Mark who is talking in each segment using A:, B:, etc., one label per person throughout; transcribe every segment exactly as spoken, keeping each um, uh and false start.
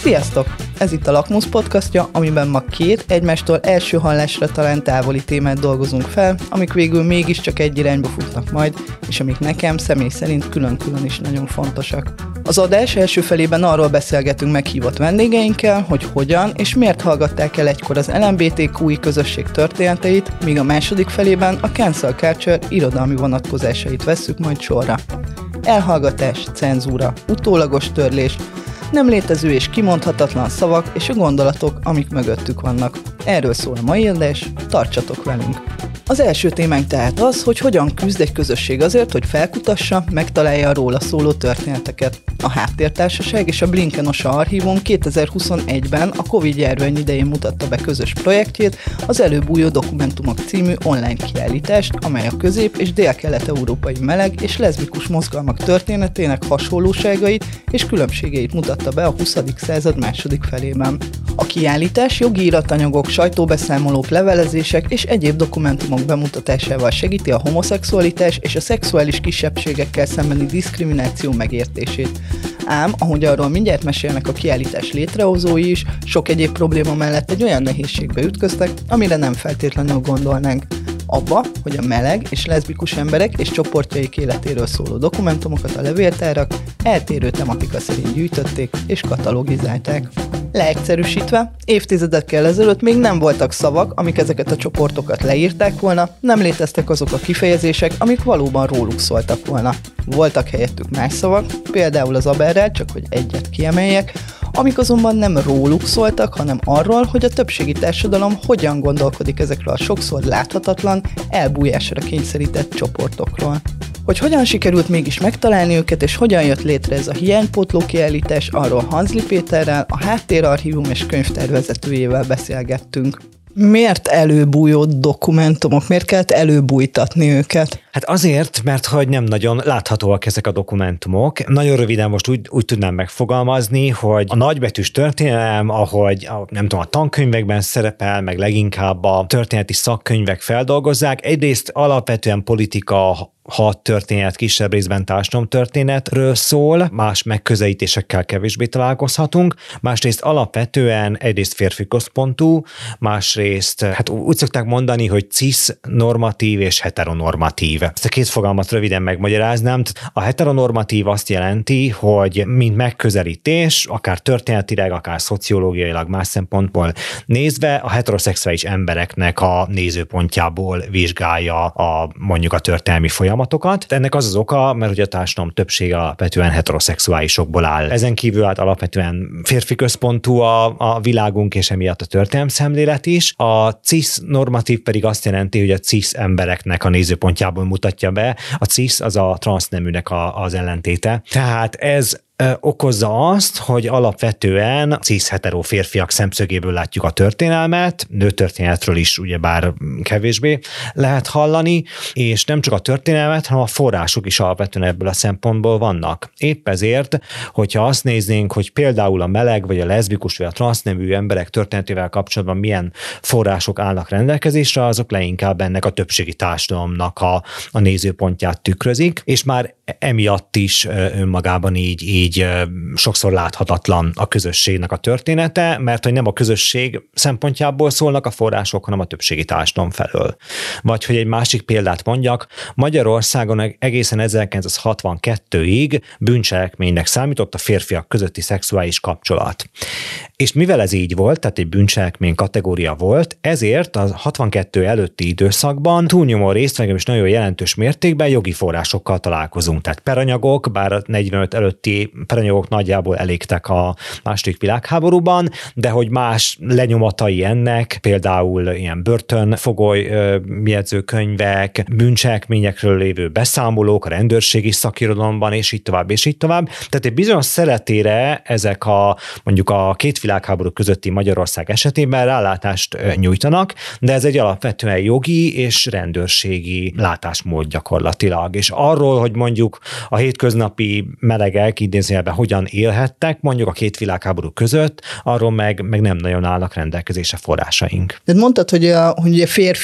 A: Sziasztok! Ez itt a Lakmus podcastja, amiben ma két egymástól első hallásra talán távoli témát dolgozunk fel, amik végül mégiscsak egy irányba futnak majd, és amik nekem személy szerint külön-külön is nagyon fontosak. Az adás első felében arról beszélgetünk meghívott vendégeinkkel, hogy hogyan és miért hallgatták el egykor az el em bé té kú i közösség történeteit, míg a második felében a cancel culture irodalmi vonatkozásait vesszük majd sorra. Elhallgatás, cenzúra, utólagos törlés, nem létező és kimondhatatlan szavak és a gondolatok, amik mögöttük vannak. Erről szól a mai adás, tartsatok velünk! Az első témánk tehát az, hogy hogyan küzd egy közösség azért, hogy felkutassa, megtalálja a róla szóló történeteket. A Háttértársaság és a Blinkenosa Archívum kétezer-huszonegyben a Covid-járvány idején mutatta be közös projektjét, az Előbújó Dokumentumok című online kiállítást, amely a közép- és dél-kelet-európai meleg és leszbikus mozgalmak történetének hasonlóságait és különbségeit mutatta be a huszadik század második felében. A kiállítás jogi iratanyagok, sajtóbeszámolók, levelezések és egyéb dokumentumok bemutatásával segíti a homoszexualitás és a szexuális kisebbségekkel szembeni diszkrimináció megértését. Ám, ahogy arról mindjárt mesélnek a kiállítás létrehozói is, sok egyéb probléma mellett egy olyan nehézségbe ütköztek, amire nem feltétlenül gondolnánk. Abba, hogy a meleg és leszbikus emberek és csoportjaik életéről szóló dokumentumokat a levéltárak eltérő tematika szerint gyűjtötték és katalogizálták. Leegyszerűsítve, évtizedekkel ezelőtt még nem voltak szavak, amik ezeket a csoportokat leírták volna, nem léteztek azok a kifejezések, amik valóban róluk szóltak volna. Voltak helyettük más szavak, például az aberrel, csak hogy egyet kiemeljek, amik azonban nem róluk szóltak, hanem arról, hogy a többségi társadalom hogyan gondolkodik ezekről a sokszor láthatatlan, elbújásra kényszerített csoportokról. Hogy hogyan sikerült mégis megtalálni őket, és hogyan jött létre ez a hiánypótló kiállítás, arról Hanzli Péterrel, a Háttérarchívum és könyvtár vezetőjével beszélgettünk. Miért előbújó dokumentumok? Miért kellett előbújtatni őket?
B: Hát azért, mert hogy nem nagyon láthatóak ezek a dokumentumok. Nagyon röviden most úgy, úgy tudnám megfogalmazni, hogy a nagybetűs történelem, ahogy a, nem tudom, a tankönyvekben szerepel, meg leginkább a történeti szakkönyvek feldolgozzák, egyrészt alapvetően politika, hat történet, kisebb részben társadalomtörténetről szól, más megközelítésekkel kevésbé találkozhatunk, másrészt alapvetően egyrészt férfi központú, másrészt, hát úgy szokták mondani, hogy cis-normatív és heteronormatív. Ezt a két fogalmat röviden megmagyaráznám. A heteronormatív azt jelenti, hogy mint megközelítés, akár történetileg, akár szociológiailag, más szempontból nézve, a heteroszexuális embereknek a nézőpontjából vizsgálja a, mondjuk a történelmi folyamatot. Ennek az az oka, mert ugye a társadalom többsége alapvetően heteroszexuálisokból áll. Ezen kívül hát alapvetően férfi központú a, a világunk, és emiatt a történelemszemlélet is. A cis-normatív pedig azt jelenti, hogy a cis embereknek a nézőpontjából mutatja be. A cis az a transzneműnek a, az ellentéte. Tehát ez okozza azt, hogy alapvetően cis-hetero férfiak szemszögéből látjuk a történelmet, nőtörténetről is ugyebár kevésbé lehet hallani, és nem csak a történelmet, hanem a források is alapvetően ebből a szempontból vannak. Épp ezért, hogyha azt néznénk, hogy például a meleg, vagy a leszbikus, vagy a transznemű emberek történetével kapcsolatban milyen források állnak rendelkezésre, azok leginkább ennek a többségi társadalomnak a, a nézőpontját tükrözik, és már emiatt is önmagában így, így így sokszor láthatatlan a közösségnek a története, mert hogy nem a közösség szempontjából szólnak a források, hanem a többségi társadalom felől. Vagy hogy egy másik példát mondjak, Magyarországon egészen ezerkilencszázhatvankettőig bűncselekménynek számított a férfiak közötti szexuális kapcsolat. És mivel ez így volt, tehát egy bűncselekmény kategória volt, ezért a hatvankettő előtti időszakban túlnyomó részt, meg is nagyon jelentős mértékben jogi forrásokkal találkozunk. Tehát peranyagok, bár a negyvenöt előtti peranyagok nagyjából elégtek a második világháborúban, de hogy más lenyomatai ennek, például ilyen börtönfogoly jegyzőkönyvek, bűncselekményekről lévő beszámolók, a rendőrségi szakirodalomban, és így tovább, és így tovább. Tehát egy bizonyos szeletére ezek a mondjuk a két világháború közötti Magyarország esetében rálátást nyújtanak, de ez egy alapvetően jogi és rendőrségi látásmód gyakorlatilag. És arról, hogy mondjuk a hétköznapi melegek idézőjelben hogyan élhettek mondjuk a két világháború között, arról meg, meg nem nagyon állnak rendelkezésre forrásaink.
A: De mondtad, hogy a, hogy a férfi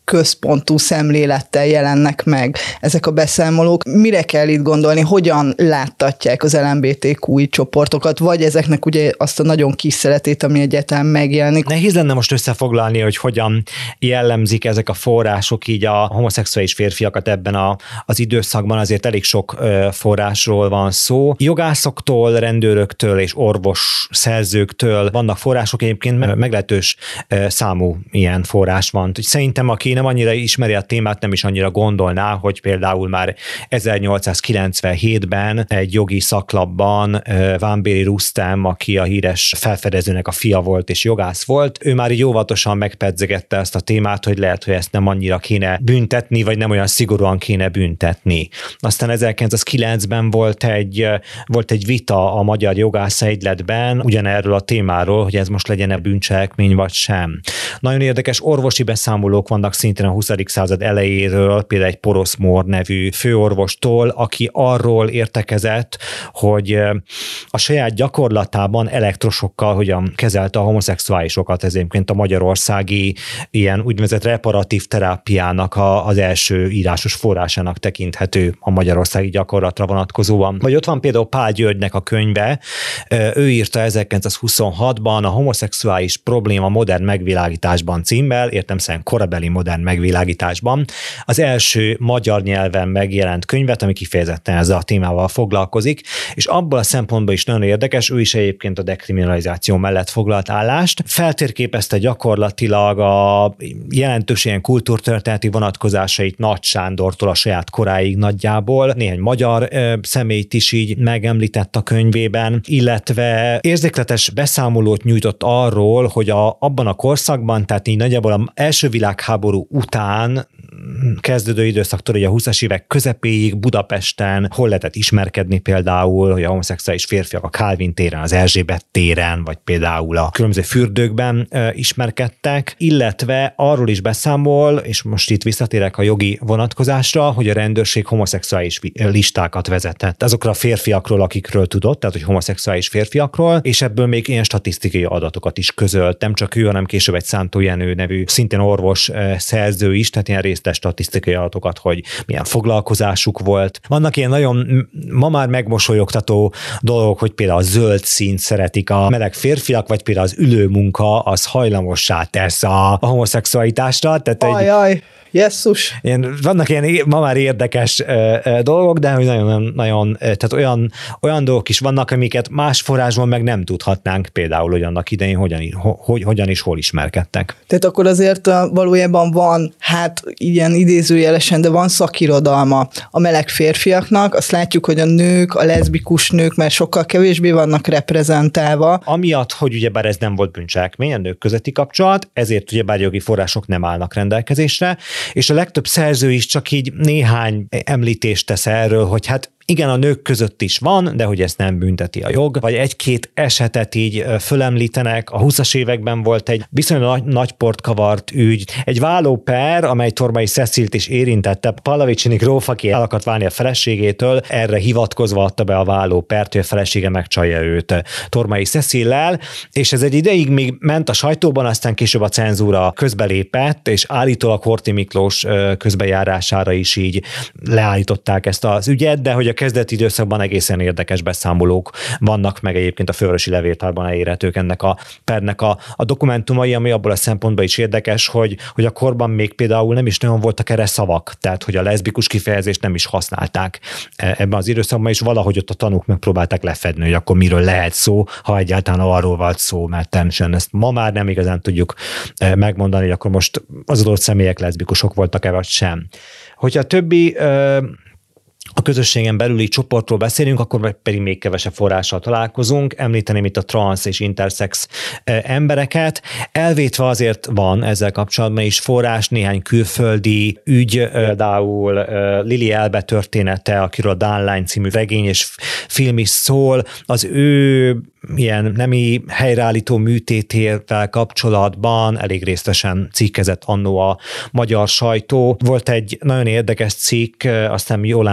A: központú szemlélettel jelennek meg ezek a beszámolók. Mire kell itt gondolni, hogyan láttatják az el em bé té kú csoportokat, vagy ezeknek ugye azt a nagyon kis szeretét, ami egyáltalán megjelenik.
B: Nehéz lenne most összefoglalni, hogy hogyan jellemzik ezek a források így a homoszexuális férfiakat ebben a, az időszakban, azért elég sok ö, forrásról van szó. Jogászoktól, rendőröktől és orvos szerzőktől vannak források, egyébként meglehetős ö, számú ilyen forrás van. Szerintem, aki nem annyira ismeri a témát, nem is annyira gondolná, hogy például már ezernyolcszázkilencvenhétben egy jogi szaklapban Vámbéry Rustem, aki a híres felfedezőnek a fia volt és jogász volt, ő már így óvatosan megpedzegette ezt a témát, hogy lehet, hogy ezt nem annyira kéne büntetni, vagy nem olyan szigorúan kéne büntetni. Aztán ezerkilencszázkilencben volt egy, volt egy vita a Magyar Jogász Egyletben ugyanerről a témáról, hogy ez most legyen-e bűncselekmény vagy sem. Nagyon érdekes orvosi beszámolók vannak szintén a huszadik század elejéről, például egy Porosz Mór nevű főorvostól, aki arról értekezett, hogy a saját gyakorlatában elektrosokkal hogyan kezelte a homoszexuálisokat. Ez egyébként a magyarországi ilyen úgynevezett reparatív terápiának a, az első írásos forrásának tekinthető a magyarországi gyakorlatra vonatkozóan. Vagy ott van például Pál Györgynek a könyve, ő írta ezerkilencszázhuszonhatban a homoszexuális probléma modern megvilágításban címmel, értelemszerűen korabeli modern megvilágításban, az első magyar nyelven megjelent könyvet, ami kifejezetten ezzel a témával foglalkozik, és abból a szempontból is nagyon érdekes, ő is egyébként a dekriminalizáció mellett foglalt állást. Feltérképezte gyakorlatilag a jelentős ilyen kultúrtörténeti vonatkozásait Nagy Sándortól a saját koráig nagyjából, néhány magyar ö, személyt is így megemlített a könyvében, illetve érzékletes beszámolót nyújtott arról, hogy a, abban a korszakban, tehát így nagyjából az első világháború után kezdődő időszaktól, hogy a huszas évek közepéig Budapesten hol lehetett ismerkedni például, hogy a homoszexuális férfiak a Kálvin téren, az Erzsébet téren, vagy például a különböző fürdőkben e, ismerkedtek, illetve arról is beszámol, és most itt visszatérek a jogi vonatkozásra, hogy a rendőrség homoszexuális listákat vezetett azokra a férfiakról, akikről tudott, tehát hogy homoszexuális férfiakról, és ebből még ilyen statisztikai adatokat is közölt, nem csak ő, hanem később egy Szántó Jenő nevű, szintén orvos e, szerző is, tehát ilyen részletes statisztikai adatokat, hogy milyen foglalkozásuk volt. Vannak ilyen nagyon ma már megmosolyogtató dolgok, hogy például a zöld színt szeretik a meleg férfiak, vagy például az ülőmunka az hajlamossá tesz a, a homoszexualitásra. Tehát
A: Ajaj, egy, jesszus!
B: Ilyen, vannak ilyen ma már érdekes ö, ö, dolgok, de hogy nagyon, nagyon tehát olyan, olyan dolgok is vannak, amiket más forrásban meg nem tudhatnánk, például, hogy annak idején hogyan, hogy, hogyan is hol ismerkedtek.
A: Tehát akkor azért valójában van, hát ilyen idézőjelesen, de van szakirodalma a meleg férfiaknak, azt látjuk, hogy a nők, a leszbikus nők, mert sokkal kevésbé vannak reprezentálva.
B: Amiatt, hogy ugyebár ez nem volt bűncselekmény, a nők közötti kapcsolat, ezért ugyebár jogi források nem állnak rendelkezésre, és a legtöbb szerző is csak így néhány említést tesz erről, hogy hát igen, a nők között is van, de hogy ezt nem bünteti a jog, vagy egy-két esetet így fölemlítenek. A huszas években volt egy viszonylag nagy, nagy port kavart ügy, egy vállóper, amely Tormai Cecilt is érintette. Pallavicsini gróf, aki el akart válni a feleségétől, erre hivatkozva adta be a vállópert, hogy a felesége megcsalja őt Tormai Cecillel, és ez egy ideig még ment a sajtóban, aztán később a cenzúra közbelépett, és állítólag Horthy Miklós közbejárására is így leállították ezt az ügyet, de hogy a kezdeti időszakban egészen érdekes beszámolók vannak, meg egyébként a fővárosi levéltárban elérhetők ennek a pernek a, a dokumentumai, ami abból a szempontból is érdekes, hogy, hogy a korban még például nem is nagyon voltak erre szavak, tehát hogy a leszbikus kifejezést nem is használták ebben az időszakban, és valahogy ott a tanúk megpróbálták lefedni, hogy akkor miről lehet szó, ha egyáltalán arról volt szó, mert természetesen ezt ma már nem igazán tudjuk megmondani, hogy akkor most az adott személyek leszbikusok voltak-e vagy sem. Hogyha a többi a közösségen belüli csoportról beszélünk, akkor pedig még kevesebb forrással találkozunk. Említeném itt a transz és intersex embereket. Elvétve azért van ezzel kapcsolatban is forrás, néhány külföldi ügy, például Lili Elbe története, akiről a Dánlány című regény és film is szól. Az ő ilyen nemi helyreállító műtétével kapcsolatban elég részletesen cikkezett annó a magyar sajtó. Volt egy nagyon érdekes cikk, aztán Jolánból József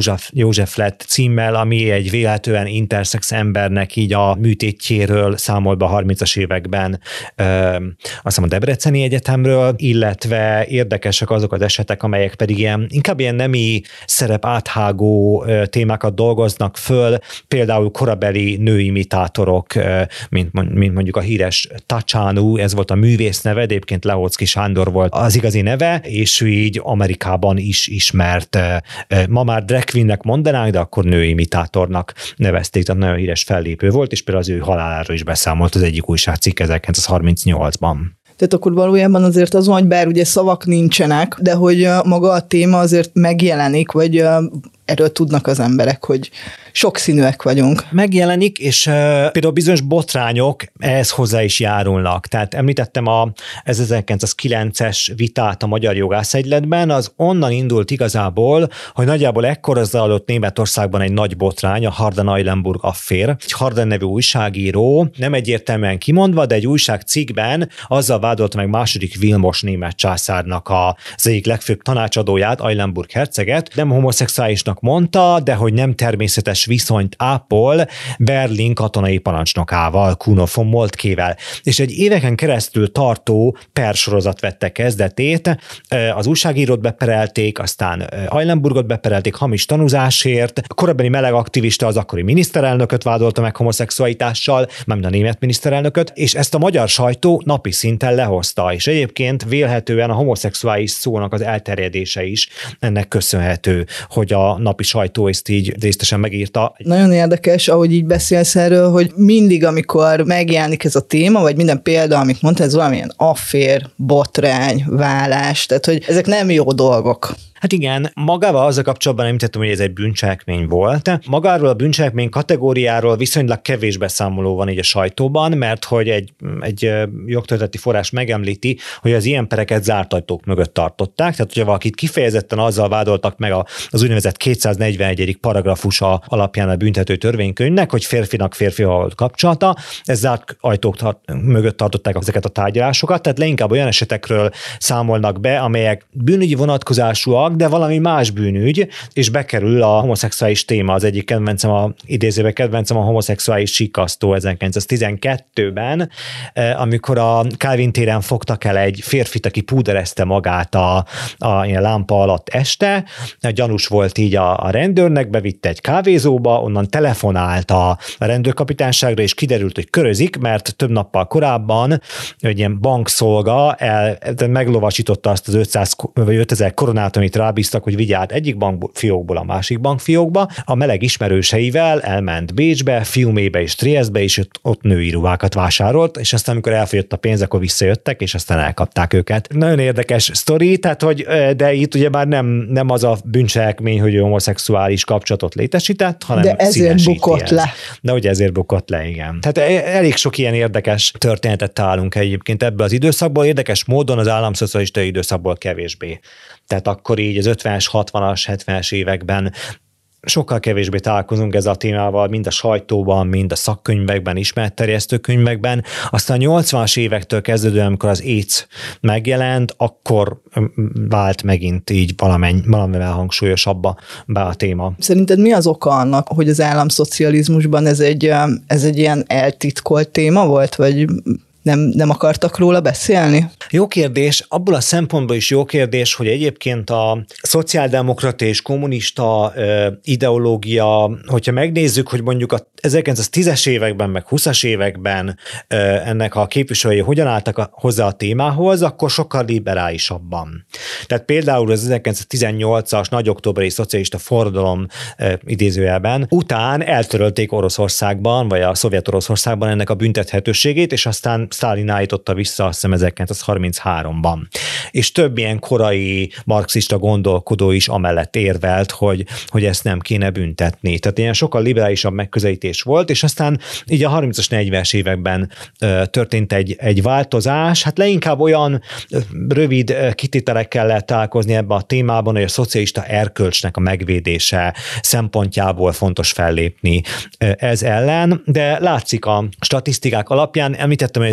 B: József, József lett címmel, ami egy véletlenül interszex embernek így a műtétjéről számol be a harmincas években, ö, azt hiszem a Debreceni Egyetemről, illetve érdekesek azok az esetek, amelyek pedig ilyen, inkább ilyen nemi szerep áthágó ö, témákat dolgoznak föl, például korabeli nőimitátorok, ö, mint, mint mondjuk a híres Tacsánu, ez volt a művész neve, egyébként Lehoczky Sándor volt az igazi neve, és ő így Amerikában is ismert, ma már drag queennek mondanánk, de akkor nőimitátornak nevezték, tehát nagyon híres fellépő volt, és például az ő haláláról is beszámolt az egyik újságcikk ezerkilencszázharmincnyolcban.
A: Tehát akkor valójában azért az van, hogy bár ugye szavak nincsenek, de hogy maga a téma azért megjelenik, vagy erről tudnak az emberek, hogy sokszínűek vagyunk.
B: Megjelenik, és uh, például bizonyos botrányok ehhez hozzá is járulnak. Tehát említettem a ezerkilencszázkilences vitát a Magyar Jogászegyletben, az onnan indult igazából, hogy nagyjából ekkor zajlott Németországban egy nagy botrány, a Harden-Eilenburg affér. Egy Harden nevű újságíró, nem egyértelműen kimondva, de egy újságcikkben azzal vádolta meg második Vilmos német császárnak a, az egyik legfőbb tanácsadóját, Eilenburg herceget, nem homoszexuálisnak mondta, de hogy nem természetes viszonyt ápol Berlin katonai parancsnokával, Kuno von Moltkével. És egy éveken keresztül tartó persorozat vette kezdetét, az újságírót beperelték, aztán Eilenburgot beperelték hamis tanúzásért, a korabeli meleg aktivista az akkori miniszterelnököt vádolta meg homoszexualitással, mármint a német miniszterelnököt, és ezt a magyar sajtó napi szinten lehozta, és egyébként vélhetően a homoszexuális szónak az elterjedése is ennek köszönhető, hogy a napi sajtó ezt így részletesen megírta.
A: Nagyon érdekes, ahogy így beszélsz erről, hogy mindig, amikor megjelenik ez a téma, vagy minden példa, amit mondtál, ez valamilyen affér, botrány, vállás, tehát hogy ezek nem jó dolgok.
B: Hát igen, magával azzal kapcsolatban említettem, hogy ez egy bűncselekmény volt. Magáról a bűncselekmény kategóriáról viszonylag kevés beszámoló van így a sajtóban, mert hogy egy, egy jogtörténeti forrás megemlíti, hogy az ilyen pereket zárt ajtók mögött tartották, tehát hogyha valakit kifejezetten azzal vádoltak meg az úgynevezett kétszáznegyvenegyedik paragrafusa alapján a büntető törvénykönyvnek, hogy férfinak férfival volt kapcsolata, ez zárt ajtók tart, mögött tartották ezeket a tárgyalásokat, tehát leginkább olyan esetekről számolnak be, amelyek bűnügyi vonatkozásúak, de valami más bűnügy, és bekerül a homoszexuális téma. Az egyik kedvencem, a, idézőben kedvencem a homoszexuális sikasztó ezerkilencszáztizenkettőben, amikor a Kálvin téren fogtak el egy férfit, aki púderezte magát a, a ilyen lámpa alatt este, gyanús volt így a, a rendőrnek, bevitte egy kávézóba, onnan telefonált a, a rendőrkapitányságra, és kiderült, hogy körözik, mert több nappal korábban egy ilyen bankszolga el, meglovasította azt az ötszáz vagy ötezer koronát, amit rábíztak, hogy vigye át egyik bankfiókból a másik bankfiókba. A meleg ismerőseivel elment Bécsbe, Fiumébe és Triesztbe, és ott, ott női ruhákat vásárolt, és aztán, amikor elfogyott a pénz, akkor visszajöttek, és aztán elkapták őket. Nagyon érdekes sztori, tehát, hogy, de itt ugye már nem, nem az a bűncselekmény, hogy homoszexuális kapcsolatot létesített, hanem
A: de ezért bukott
B: ez.
A: le.
B: De ugye ezért bukott le, igen. Tehát elég sok ilyen érdekes történetet találunk egyébként ebből az időszakból, érdekes módon az államszocialista időszakból kevésbé. Tehát akkor így az ötvenes, hatvanas, hetvenes években sokkal kevésbé találkozunk ezzel a témával, mind a sajtóban, mind a szakkönyvekben, ismeretterjesztő könyvekben. Aztán a nyolcvanas évektől kezdődően, amikor az AIDS megjelent, akkor vált megint így valamennyi, valamivel hangsúlyosabbba be a téma.
A: Szerinted mi az oka annak, hogy az államszocializmusban ez egy, ez egy ilyen eltitkolt téma volt, vagy Nem, nem akartak róla beszélni?
B: Jó kérdés, abból a szempontból is jó kérdés, hogy egyébként a szociáldemokrata és kommunista ö, ideológia, hogyha megnézzük, hogy mondjuk a ezerkilencszáztízes években, meg húszas években ö, ennek a képviselői hogyan álltak a, hozzá a témához, akkor sokkal liberálisabban. Tehát például az ezerkilencszáztizennyolcas nagy októberi szocialista forradalom ö, idézőjelben után eltörölték Oroszországban, vagy a szovjet Oroszországban ennek a büntethetőségét, és aztán Sztálin állította vissza, azt hiszem ezerkilencszázharminchárom És több ilyen korai marxista gondolkodó is amellett érvelt, hogy, hogy ezt nem kéne büntetni. Tehát ilyen sokkal liberálisabb megközelítés volt, és aztán így a harmincas, negyvenes években ö, történt egy, egy változás, hát leginkább olyan rövid kitételekkel lehet találkozni ebben a témában, hogy a szocialista erkölcsnek a megvédése szempontjából fontos fellépni ez ellen, de látszik a statisztikák alapján, említettem, hogy ez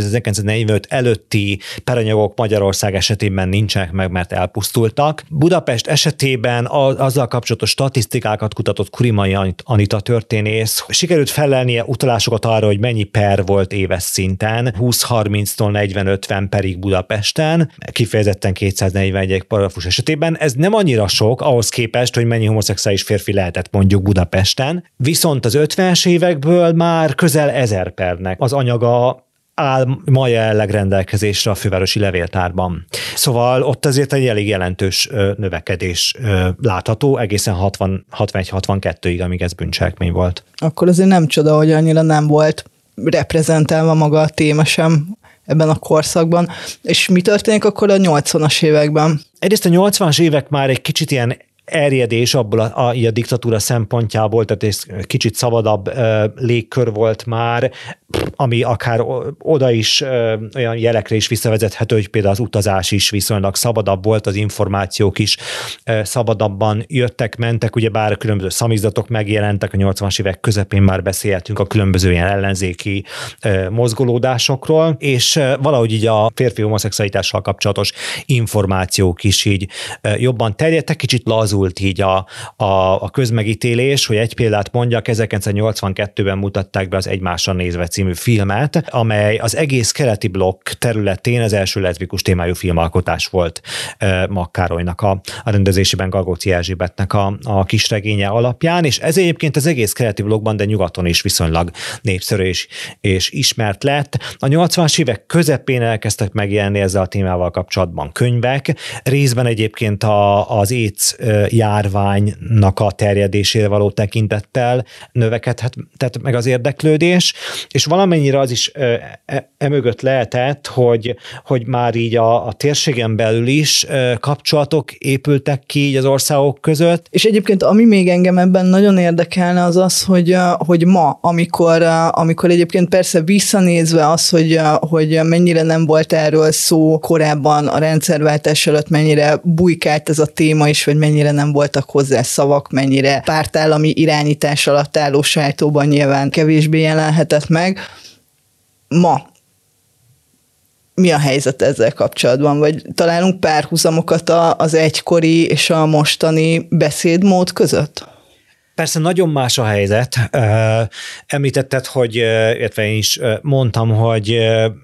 B: ezerkilencszáznegyvenöt előtti peranyagok Magyarország esetében nincsenek meg, mert elpusztultak. Budapest esetében a, azzal kapcsolatos statisztikákat kutatott Kurimai Anita történész. Sikerült felelnie utalásokat arra, hogy mennyi per volt éves szinten, húsz-harminctól negyven-ötven perig Budapesten, kifejezetten kétszáznegyvenegy paragrafus esetében. Ez nem annyira sok ahhoz képest, hogy mennyi homoszexuális férfi lehetett mondjuk Budapesten. Viszont az ötvenes évekből már közel ezer pernek az anyaga áll ma jelenleg rendelkezésre a fővárosi levéltárban. Szóval ott azért egy elég jelentős növekedés látható, egészen hatvan, hatvanegy-hatvankettőig, amíg ez bűncselekmény volt.
A: Akkor azért nem csoda, hogy annyira nem volt reprezentálva maga a téma sem ebben a korszakban. És mi történik akkor a nyolcvanas években?
B: Egyrészt a nyolcvanas évek már egy kicsit ilyen erjedés abból a, a, a diktatúra szempontjából, tehát ez kicsit szabadabb ö, légkör volt már, ami akár oda is ö, olyan jelekre is visszavezethető, hogy például az utazás is viszonylag szabadabb volt, az információk is ö, szabadabban jöttek, mentek, ugyebár különböző szamizdatok megjelentek, a nyolcvanas évek közepén már beszélhetünk a különböző ilyen ellenzéki ö, mozgolódásokról, és ö, valahogy így a férfi homoszexualitással kapcsolatos információk is így ö, jobban terjedtek, kicsit lazul így a, a, a közmegítélés, hogy egy példát mondjak, ezerkilencszáznyolcvankettőben mutatták be az Egymásra nézve című filmet, amely az egész keleti blokk területén az első leszbikus témájú filmalkotás volt uh, Makk Károlynak a, a rendezésében, Galgóci Erzsébetnek a, a kisregénye alapján, és ez egyébként az egész keleti blokkban, de nyugaton is viszonylag népszerű és, és ismert lett. A nyolcvanas évek közepén elkezdtek megjelenni ezzel a témával kapcsolatban könyvek, részben egyébként a, az AIDS járványnak a terjedésére való tekintettel növekedhet tehát meg az érdeklődés, és valamennyire az is emögött lehetett, hogy, hogy már így a, a térségen belül is kapcsolatok épültek ki így az országok között.
A: És egyébként ami még engem ebben nagyon érdekelne az az, hogy, hogy ma, amikor, amikor egyébként persze visszanézve az, hogy, hogy mennyire nem volt erről szó korábban a rendszerváltás előtt, mennyire bujkált ez a téma is, vagy mennyire nem voltak hozzá szavak, mennyire pártállami irányítás alatt álló sajtóban nyilván kevésbé jelenhetett meg. Ma mi a helyzet ezzel kapcsolatban? Vagy találunk párhuzamokat az egykori és a mostani beszédmód között?
B: Persze nagyon más a helyzet. Említetted, hogy, illetve én is mondtam, hogy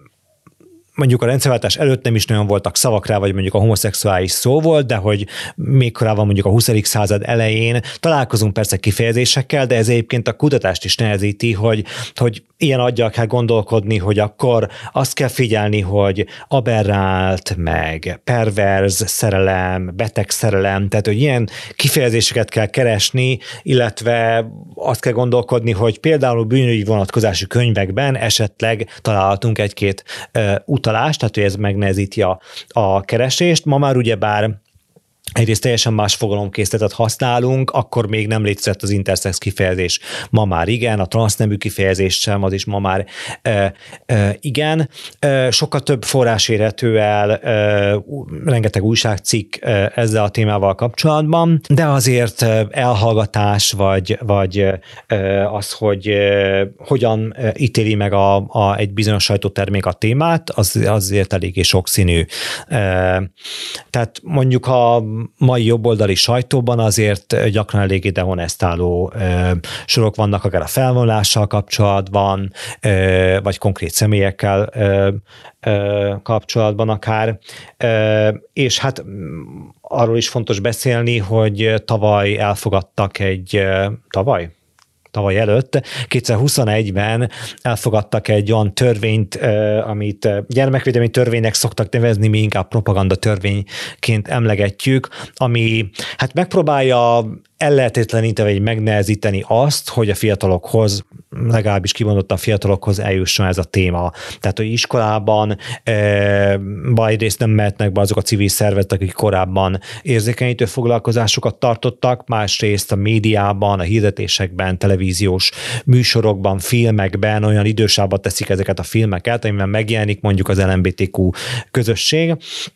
B: mondjuk a rendszerváltás előtt nem is nagyon voltak szavak rá, vagy mondjuk a homoszexuális szó volt, de hogy még korábban mondjuk a huszadik század elején találkozunk persze kifejezésekkel, de ez egyébként a kutatást is nehezíti, hogy, hogy ilyen aggyal kell gondolkodni, hogy akkor azt kell figyelni, hogy aberrált, meg perverz szerelem, beteg szerelem, tehát hogy ilyen kifejezéseket kell keresni, illetve azt kell gondolkodni, hogy például bűnügyi vonatkozású könyvekben esetleg találhatunk egy-két uh, utalást, tehát hogy ez megnehezíti a, a keresést. Ma már ugyebár egyrészt teljesen más fogalomkészletet használunk, akkor még nem létezett az intersex kifejezés. Ma már igen, a transznemű kifejezés sem, az is ma már e, e, igen. E, sokkal több forrás érhető el, e, rengeteg újságcikk e, ezzel a témával kapcsolatban, de azért elhallgatás, vagy, vagy e, az, hogy e, hogyan ítéli meg a, a, egy bizonyos sajtótermék a témát, az azért eléggé sokszínű. E, tehát mondjuk a mai jobboldali sajtóban azért gyakran eléggé dehonestáló ö, sorok vannak, akár a felvonulással kapcsolatban, ö, vagy konkrét személyekkel ö, ö, kapcsolatban akár. Ö, és hát arról is fontos beszélni, hogy tavaly elfogadtak egy, ö, tavaly? tavaly előtt, kétezer-huszonegyben elfogadtak egy olyan törvényt, amit gyermekvédelmi törvénynek szoktak nevezni, mi inkább propaganda törvényként emlegetjük, ami hát megpróbálja ellehetetleníteni, vagy megnehezíteni azt, hogy a fiatalokhoz, legalábbis kimondottan a fiatalokhoz eljusson ez a téma. Tehát, hogy iskolában e, egyrészt nem mehetnek be azok a civil szervezetek, akik korábban érzékenyítő foglalkozásokat tartottak, másrészt a médiában, a hirdetésekben, televíziós műsorokban, filmekben olyan idősabbat teszik ezeket a filmeket, amiben megjelenik mondjuk az el em bé té kú közösség.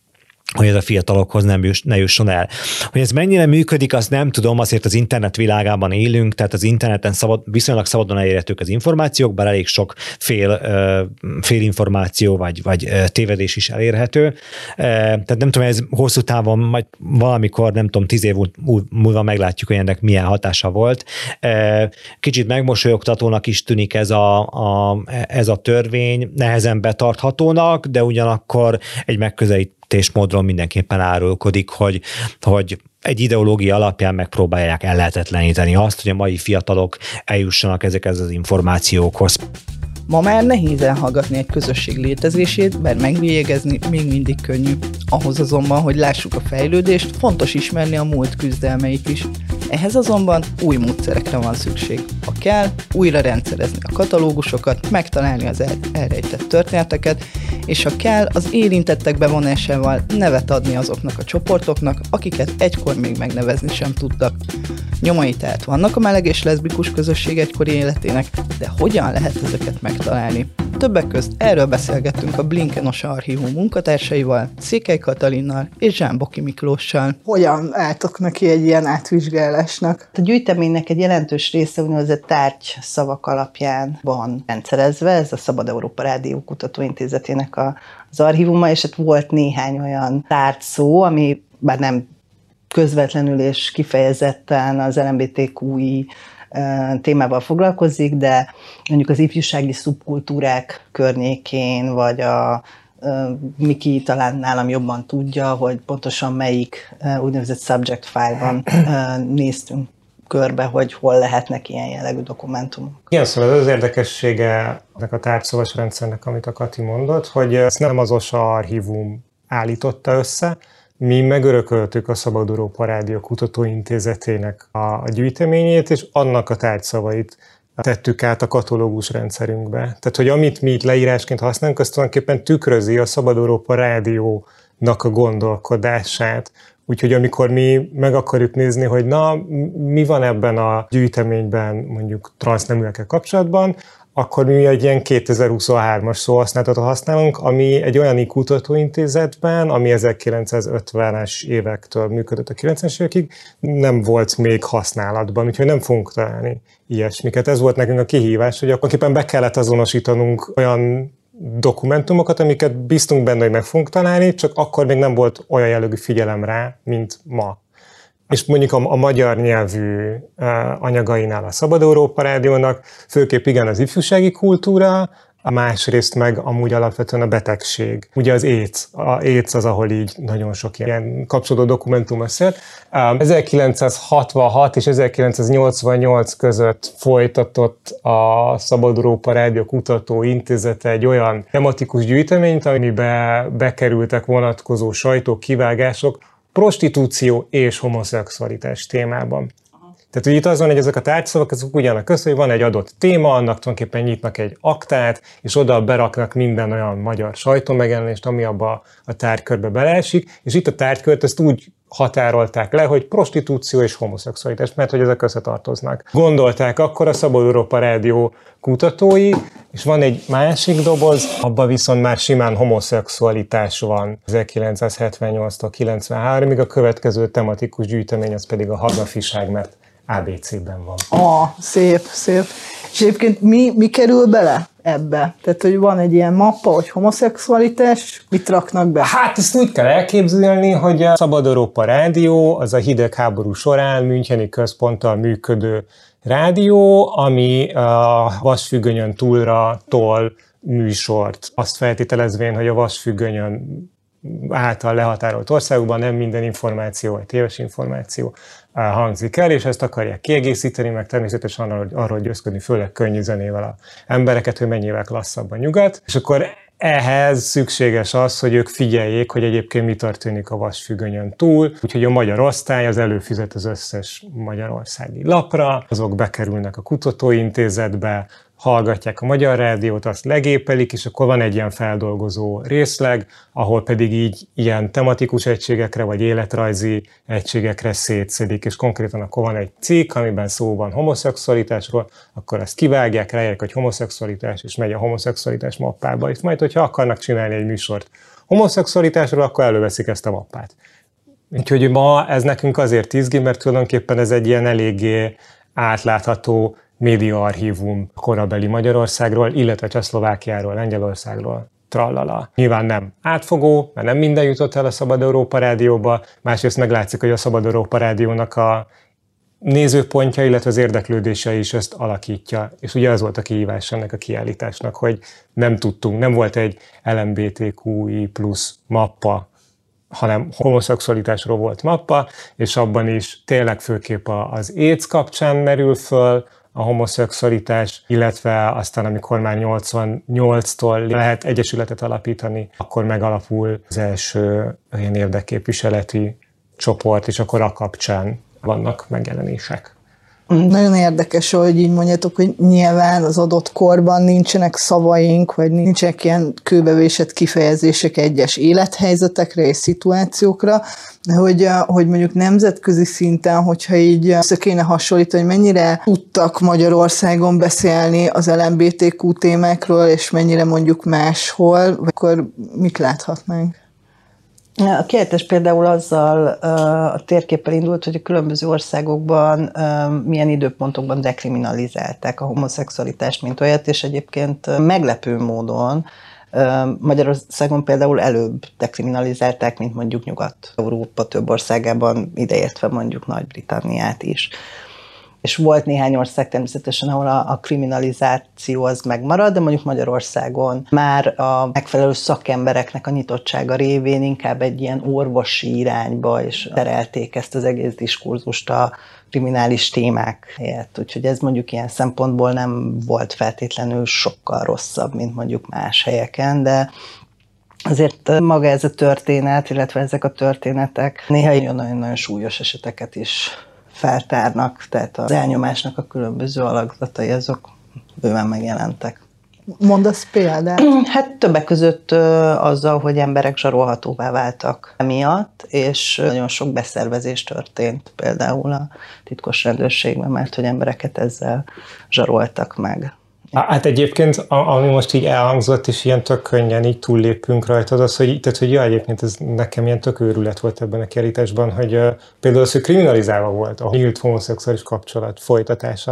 B: hogy ez a fiatalokhoz nem juss, ne jusson el. Hogy ez mennyire működik, azt nem tudom, azért az internet világában élünk, tehát az interneten szabad, viszonylag szabadon elérhetők az információk, bár elég sok fél, fél információ vagy, vagy tévedés is elérhető. Tehát nem tudom, ez hosszú távon, majd valamikor, nem tudom, tíz év múlva meglátjuk, hogy ennek milyen hatása volt. Kicsit megmosolyogtatónak is tűnik ez a, a, ez a törvény, nehezen betarthatónak, de ugyanakkor egy megközelítésmódról mindenképpen árulkodik, hogy, hogy egy ideológia alapján megpróbálják ellehetetleníteni azt, hogy a mai fiatalok eljussanak ezekhez az információkhoz.
A: Ma már nehéz elhallgatni egy közösség létezését, bár megbélyegezni még mindig könnyű. Ahhoz azonban, hogy lássuk a fejlődést, fontos ismerni a múlt küzdelmeit is. Ehhez azonban új módszerekre van szükség. Ha kell, újra rendszerezni a katalógusokat, megtalálni az el- elrejtett történeteket, és ha kell, az érintettek bevonásával nevet adni azoknak a csoportoknak, akiket egykor még megnevezni sem tudtak. Nyomai tehát vannak a meleg és leszbikus közösség egykori életének, de hogyan lehet ezeket megtalálni? Többek közt erről beszélgettünk a Blinkenos Archívum munkatársaival, Székely Katalinnal és Zsámboki Miklóssal. Hogyan álltok neki egy ilyen átvizsgálásnak?
C: A gyűjteménynek egy jelentős része úgynevezett tárgyszavak alapján van rendszerezve, ez a Szabad Európa Rádió Kutatóintézetének a, az archívuma, és hát volt néhány olyan tárgyszó, ami bár nem közvetlenül és kifejezetten az el em bé té kú i témával foglalkozik, de mondjuk az ifjúsági szubkultúrák környékén, vagy a Miki talán nálam jobban tudja, hogy pontosan melyik úgynevezett subject file-ban néztünk körbe, hogy hol lehetnek ilyen jellegű dokumentumok.
D: Igen, szóval ez az érdekessége ennek a tárgyszavas rendszernek, amit a Kati mondott, hogy ezt nem az o es á Archívum állította össze, mi megörököltük a Szabad Európa Rádió Kutatóintézetének a gyűjteményét, és annak a tárgyszavait tettük át a katalógus rendszerünkbe. Tehát, hogy amit mi itt leírásként használunk, azt tulajdonképpen tükrözi a Szabad Európa Rádiónak a gondolkodását. Úgyhogy amikor mi meg akarjuk nézni, hogy na, mi van ebben a gyűjteményben mondjuk transzneműekkel kapcsolatban, akkor mi egy ilyen kétezer-huszonhármas szóhasználatot használunk, ami egy olyan kutatóintézetben, ami ezerkilencszázötvenes évektől működött a kilencvenes évekig, nem volt még használatban, úgyhogy nem fogunk találni ilyesmiket. Ez volt nekünk a kihívás, hogy akkor be kellett azonosítanunk olyan dokumentumokat, amiket biztunk benne, hogy meg fogunk találni, csak akkor még nem volt olyan jellegű figyelem rá, mint ma. És mondjuk a, a magyar nyelvű uh, anyagainál a Szabad Európa Rádiónak főképp igen az ifjúsági kultúra, a másrészt meg amúgy alapvetően a betegség. Ugye az AIDS, a AIDS az, ahol így nagyon sok ilyen kapcsolódó dokumentum összejött. Um, ezerkilencszázhatvanhat és ezerkilencszáznyolcvannyolc között folytatott a Szabad Európa Rádió Kutatóintézete egy olyan tematikus gyűjteményt, amiben bekerültek vonatkozó sajtókivágások, prostitúció és homoszexualitás témában. Aha. Tehát ugye itt az van, hogy ezek a tárgyszavak, ezek ugyanak össze, hogy van egy adott téma, annak tulajdonképpen nyitnak egy aktát, és oda beraknak minden olyan magyar sajtómegjelenést, ami abba a tárgykörbe beleesik, és itt a tárgykört ezt úgy határolták le, hogy prostitúció és homoszexualitás, mert hogy ezek összetartoznak. Gondolták akkor a Szabad Európa Rádió kutatói, és van egy másik doboz, abban viszont már simán homoszexualitás van ezerkilencszázhetvennyolctól kilencvenháromig, a következő tematikus gyűjtemény az pedig a hazafiság, mert á bé cében van.
A: Ah, szép, szép. És egyébként mi, mi kerül bele ebbe? Tehát, hogy van egy ilyen mappa, hogy homoszexualitás, mit raknak be?
D: Hát ezt úgy kell elképzelni, hogy a Szabad Európa Rádió az a hidegháború során müncheni központtal működő rádió, ami a Vasfüggönyön túlra tol műsort. Azt feltételezvén, hogy a Vasfüggönyön által lehatárolt országokban nem minden információ, vagy téves információ hangzik el, és ezt akarják kiegészíteni, meg természetesen arról, arról győzködni, főleg könnyű zenével az embereket, hogy mennyivel klasszabb a nyugat. És akkor ehhez szükséges az, hogy ők figyeljék, hogy egyébként mi történik a Vasfüggönyön túl, úgyhogy a magyar osztály az előfizet az összes magyarországi lapra, azok bekerülnek a kutatóintézetbe, hallgatják a Magyar Rádiót, azt legépelik, és akkor van egy ilyen feldolgozó részleg, ahol pedig így ilyen tematikus egységekre, vagy életrajzi egységekre szétszedik, és konkrétan akkor van egy cikk, amiben szó van homoszexualitásról, akkor azt kivágják, ráják, hogy homoszexualitás, és megy a homoszexualitás mappába. És majd, hogyha akarnak csinálni egy műsort homoszexualitásról, akkor előveszik ezt a mappát. Úgyhogy ma ez nekünk azért izgi, mert tulajdonképpen ez egy ilyen eléggé átlátható médiaarchívum korabeli Magyarországról, illetve Csehszlovákiáról, Lengyelországról. Trallala. Nyilván nem átfogó, mert nem minden jutott el a Szabad Európa Rádióba, másrészt meglátszik, hogy a Szabad Európa Rádiónak a nézőpontja, illetve az érdeklődése is ezt alakítja. És ugye az volt a kihívás ennek a kiállításnak, hogy nem tudtunk, nem volt egy el em bé té kú i plusz mappa, hanem homoszexualitásról volt mappa, és abban is tényleg főképp az AIDS kapcsán merül föl a homoszexualitás, illetve aztán amikor már nyolcvannyolctól lehet egyesületet alapítani, akkor megalapul az első ilyen érdekképviseleti csoport, és akkor a kapcsán vannak megjelenések.
A: Nagyon érdekes, hogy így mondjátok, hogy nyilván az adott korban nincsenek szavaink, vagy nincsenek ilyen kőbevésett kifejezések egyes élethelyzetekre és szituációkra, de hogy, hogy mondjuk nemzetközi szinten, hogyha így össze kéne hasonlítani, hogy mennyire tudtak Magyarországon beszélni az el em bé té kú témákról, és mennyire mondjuk máshol, akkor mit láthatnánk?
C: A kiállítás például azzal a térképpel indult, hogy a különböző országokban milyen időpontokban dekriminalizálták a homoszexualitást, mint olyat, és egyébként meglepő módon Magyarországon például előbb dekriminalizálták, mint mondjuk Nyugat-Európa több országában, ideértve mondjuk Nagy-Britanniát is. És volt néhány ország természetesen, ahol a, a kriminalizáció az megmarad, de mondjuk Magyarországon már a megfelelő szakembereknek a nyitottsága révén inkább egy ilyen orvosi irányba és terelték ezt az egész diskurzust a kriminális témák helyett. Úgyhogy ez mondjuk ilyen szempontból nem volt feltétlenül sokkal rosszabb, mint mondjuk más helyeken, de azért maga ez a történet, illetve ezek a történetek néha nagyon-nagyon súlyos eseteket is feltárnak, tehát az elnyomásnak a különböző alakzatai, azok bőven megjelentek.
A: Mondasz példát?
C: Hát többek között azzal, hogy emberek zsarolhatóvá váltak emiatt, és nagyon sok beszervezés történt például a titkos rendőrségben, mert hogy embereket ezzel zsaroltak meg.
D: Hát egyébként, ami most így elhangzott, és ilyen tök könnyen így túllépünk rajta, az, hogy, tehát, hogy ja, egyébként ez nekem ilyen tök őrület volt ebben a kiállításban, hogy uh, például az, hogy kriminalizálva volt a nyílt homoszexuális kapcsolat folytatása.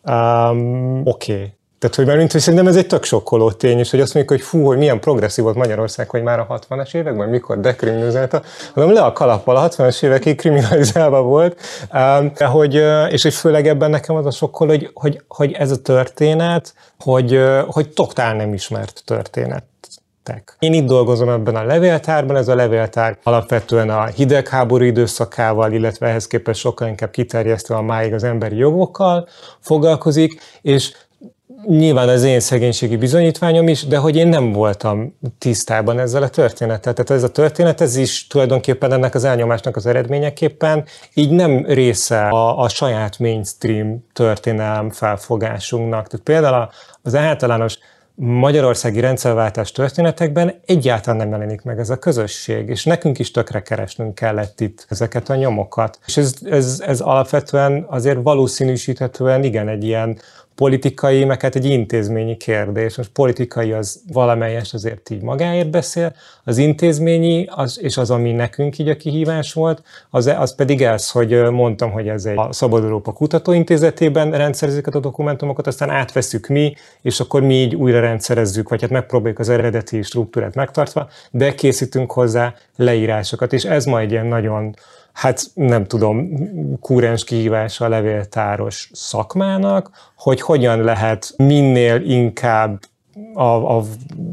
D: Um, Oké. Okay. Tehát, hogy már mint, hogy szerintem ez egy tök sokkoló tény, és hogy azt mondjuk, hogy fú, hogy milyen progresszív volt Magyarország, hogy már a hatvanas években, mikor dekriminalizálta, hanem le a kalappal, a hatvanas évekig kriminalizálva volt, de hogy, és hogy főleg ebben nekem az a sokkol, hogy, hogy, hogy ez a történet, hogy, hogy totál nem ismert történet. Én itt dolgozom ebben a levéltárban, ez a levéltár alapvetően a hidegháború időszakával, illetve ehhez képest sokkal inkább kiterjesztve a máig az emberi jogokkal foglalkozik, és nyilván az én szegénységi bizonyítványom is, de hogy én nem voltam tisztában ezzel a történettel. Tehát ez a történet, ez is tulajdonképpen ennek az elnyomásnak az eredményeképpen így nem része a, a saját mainstream történelem felfogásunknak. Tehát például az általános magyarországi rendszerváltás történetekben egyáltalán nem jelenik meg ez a közösség, és nekünk is tökre keresnünk kellett itt ezeket a nyomokat. És ez, ez, ez alapvetően azért valószínűsíthetően igen egy ilyen politikai, meg hát egy intézményi kérdés. Most politikai az valamelyes azért így magáért beszél, az intézményi, az, és az, ami nekünk így a kihívás volt, az, az pedig ez, hogy mondtam, hogy ez egy a Szabad Európa Kutatóintézetében rendszerezik a dokumentumokat, aztán átveszük mi, és akkor mi így újra rendszerezzük, vagy hát megpróbáljuk az eredeti struktúrát megtartva, de készítünk hozzá leírásokat, és ez majd ilyen nagyon, hát nem tudom, kúrens kihívása a levéltáros szakmának, hogy hogyan lehet minél inkább a, a,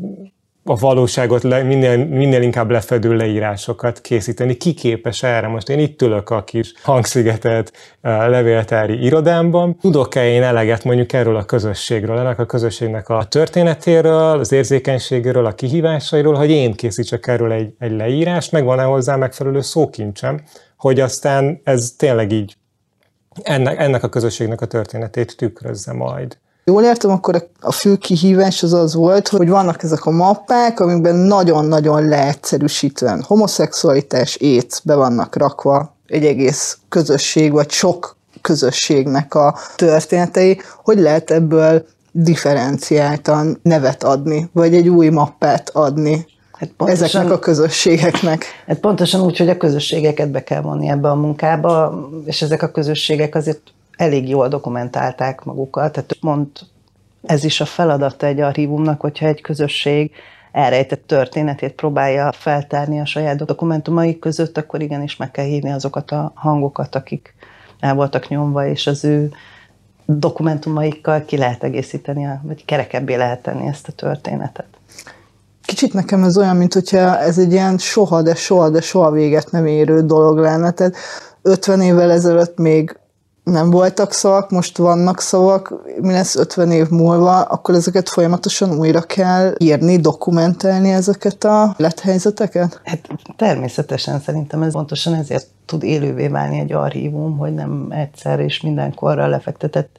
D: a valóságot le, minél, minél inkább lefedő leírásokat készíteni. Ki képes erre? Most én itt ülök a kis hangszigetelt levéltári irodámban. Tudok-e én eleget mondjuk erről a közösségről, ennek a közösségnek a történetéről, az érzékenységéről, a kihívásairól, hogy én készítsek erről egy, egy leírást, meg van-e hozzá megfelelő szókincsem, hogy aztán ez tényleg így ennek, ennek a közösségnek a történetét tükrözze majd.
A: Jól értem, akkor a fő kihívás az az volt, hogy vannak ezek a mappák, amikben nagyon-nagyon leegyszerűsítően homoszexualitás, AIDS be vannak rakva, egy egész közösség, vagy sok közösségnek a történetei. Hogy lehet ebből differenciáltan nevet adni, vagy egy új mappát adni?
C: Hát pontosan,
A: ezeknek a közösségeknek.
C: Hát pontosan úgy, hogy a közösségeket be kell vonni ebbe a munkába, és ezek a közösségek azért elég jól dokumentálták magukat. Tehát mond, ez is a feladata egy archívumnak, hogyha egy közösség elrejtett történetét próbálja feltárni a saját dokumentumaik között, akkor igenis meg kell hívni azokat a hangokat, akik el voltak nyomva, és az ő dokumentumaikkal ki lehet egészíteni, vagy kerekebbé lehet tenni ezt a történetet.
A: Kicsit nekem ez olyan, mint hogyha ez egy ilyen soha, de soha, de soha véget nem érő dolog lenne. Tehát ötven évvel ezelőtt még nem voltak szavak, most vannak szavak, mi lesz ötven év múlva, akkor ezeket folyamatosan újra kell írni, dokumentálni ezeket a lethelyzeteket?
C: Hát természetesen szerintem ez pontosan ezért tud élővé válni egy archívum, hogy nem egyszer és mindenkorra lefektetett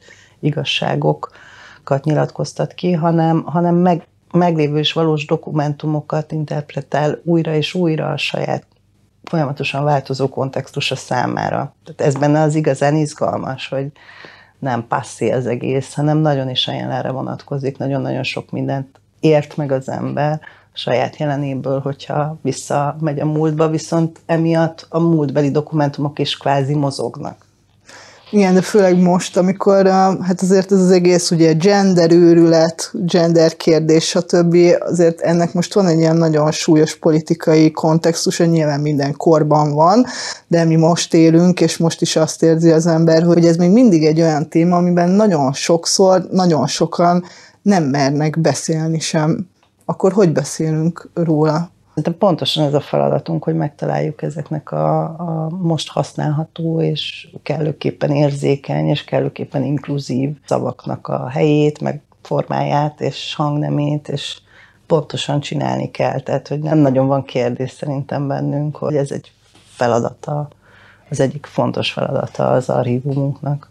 C: igazságokat nyilatkoztat ki, hanem, hanem meg, meglévő és valós dokumentumokat interpretál újra és újra a saját folyamatosan változó kontextusa számára. Tehát ez benne az igazán izgalmas, hogy nem passzi az egész, hanem nagyon is a jelenre vonatkozik, nagyon-nagyon sok mindent ért meg az ember a saját jelenéből, hogyha visszamegy a múltba, viszont emiatt a múltbeli dokumentumok is kvázi mozognak.
A: Igen, de főleg most, amikor hát azért ez az egész ugye gender őrület, gender kérdés, stb. Azért ennek most van egy ilyen nagyon súlyos politikai kontextus, hogy nyilván minden korban van, de mi most élünk, és most is azt érzi az ember, hogy ez még mindig egy olyan téma, amiben nagyon sokszor, nagyon sokan nem mernek beszélni sem. Akkor hogy beszélünk róla?
C: De pontosan ez a feladatunk, hogy megtaláljuk ezeknek a, a most használható és kellőképpen érzékeny és kellőképpen inkluzív szavaknak a helyét, meg formáját és hangnemét, és pontosan csinálni kell. Tehát, hogy nem nagyon van kérdés szerintem bennünk, hogy ez egy feladata, az egyik fontos feladata az archívumunknak.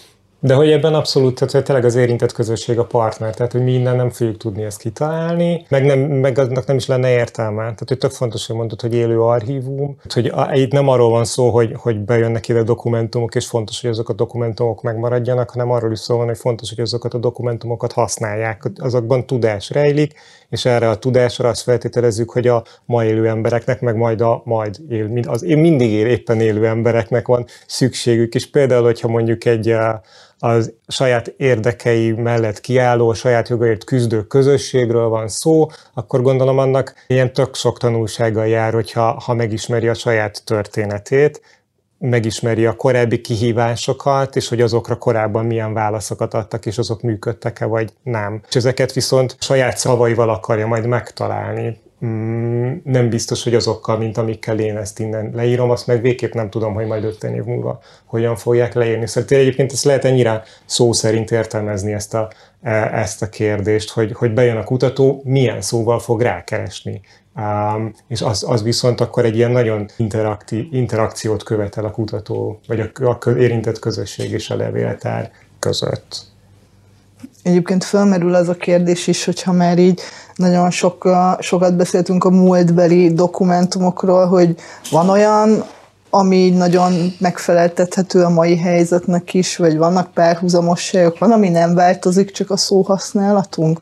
D: De hogy ebben abszolút, tehát hogy tényleg az érintett közösség a partner, tehát hogy mi innen nem fogjuk tudni ezt kitalálni, meg, nem, meg annak nem is lenne értelme. Tehát hogy tök fontos, hogy mondod, hogy élő archívum, hogy a, itt nem arról van szó, hogy, hogy bejönnek ide dokumentumok, és fontos, hogy azok a dokumentumok megmaradjanak, hanem arról is szó van, hogy fontos, hogy azokat a dokumentumokat használják. Azokban tudás rejlik, és erre a tudásra azt feltételezzük, hogy a ma élő embereknek, meg majd a majd él, az mindig él, éppen élő embereknek van szükségük. És például, hogyha mondjuk egy az saját érdekei mellett kiálló, saját jogaiért küzdő közösségről van szó, akkor gondolom annak ilyen tök sok tanulsággal jár, hogyha ha megismeri a saját történetét, megismeri a korábbi kihívásokat, és hogy azokra korábban milyen válaszokat adtak, és azok működtek-e, vagy nem. És ezeket viszont saját szavaival akarja majd megtalálni. Nem biztos, hogy azokkal, mint amikkel én ezt innen leírom, azt meg végképp nem tudom, hogy majd ötven év múlva hogyan fogják leírni. Szóval egyébként ezt lehet ennyire szó szerint értelmezni ezt a, ezt a kérdést, hogy, hogy bejön a kutató, milyen szóval fog rákeresni. Um, és az, az viszont akkor egy ilyen nagyon interaktív, interakciót követel a kutató, vagy a, a érintett közösség és a levéltár között.
A: Egyébként felmerül az a kérdés is, hogyha már így nagyon sok, sokat beszéltünk a múltbeli dokumentumokról, hogy van olyan, ami nagyon megfeleltethető a mai helyzetnek is, vagy vannak párhuzamosságok, van, ami nem változik, csak a szóhasználatunk?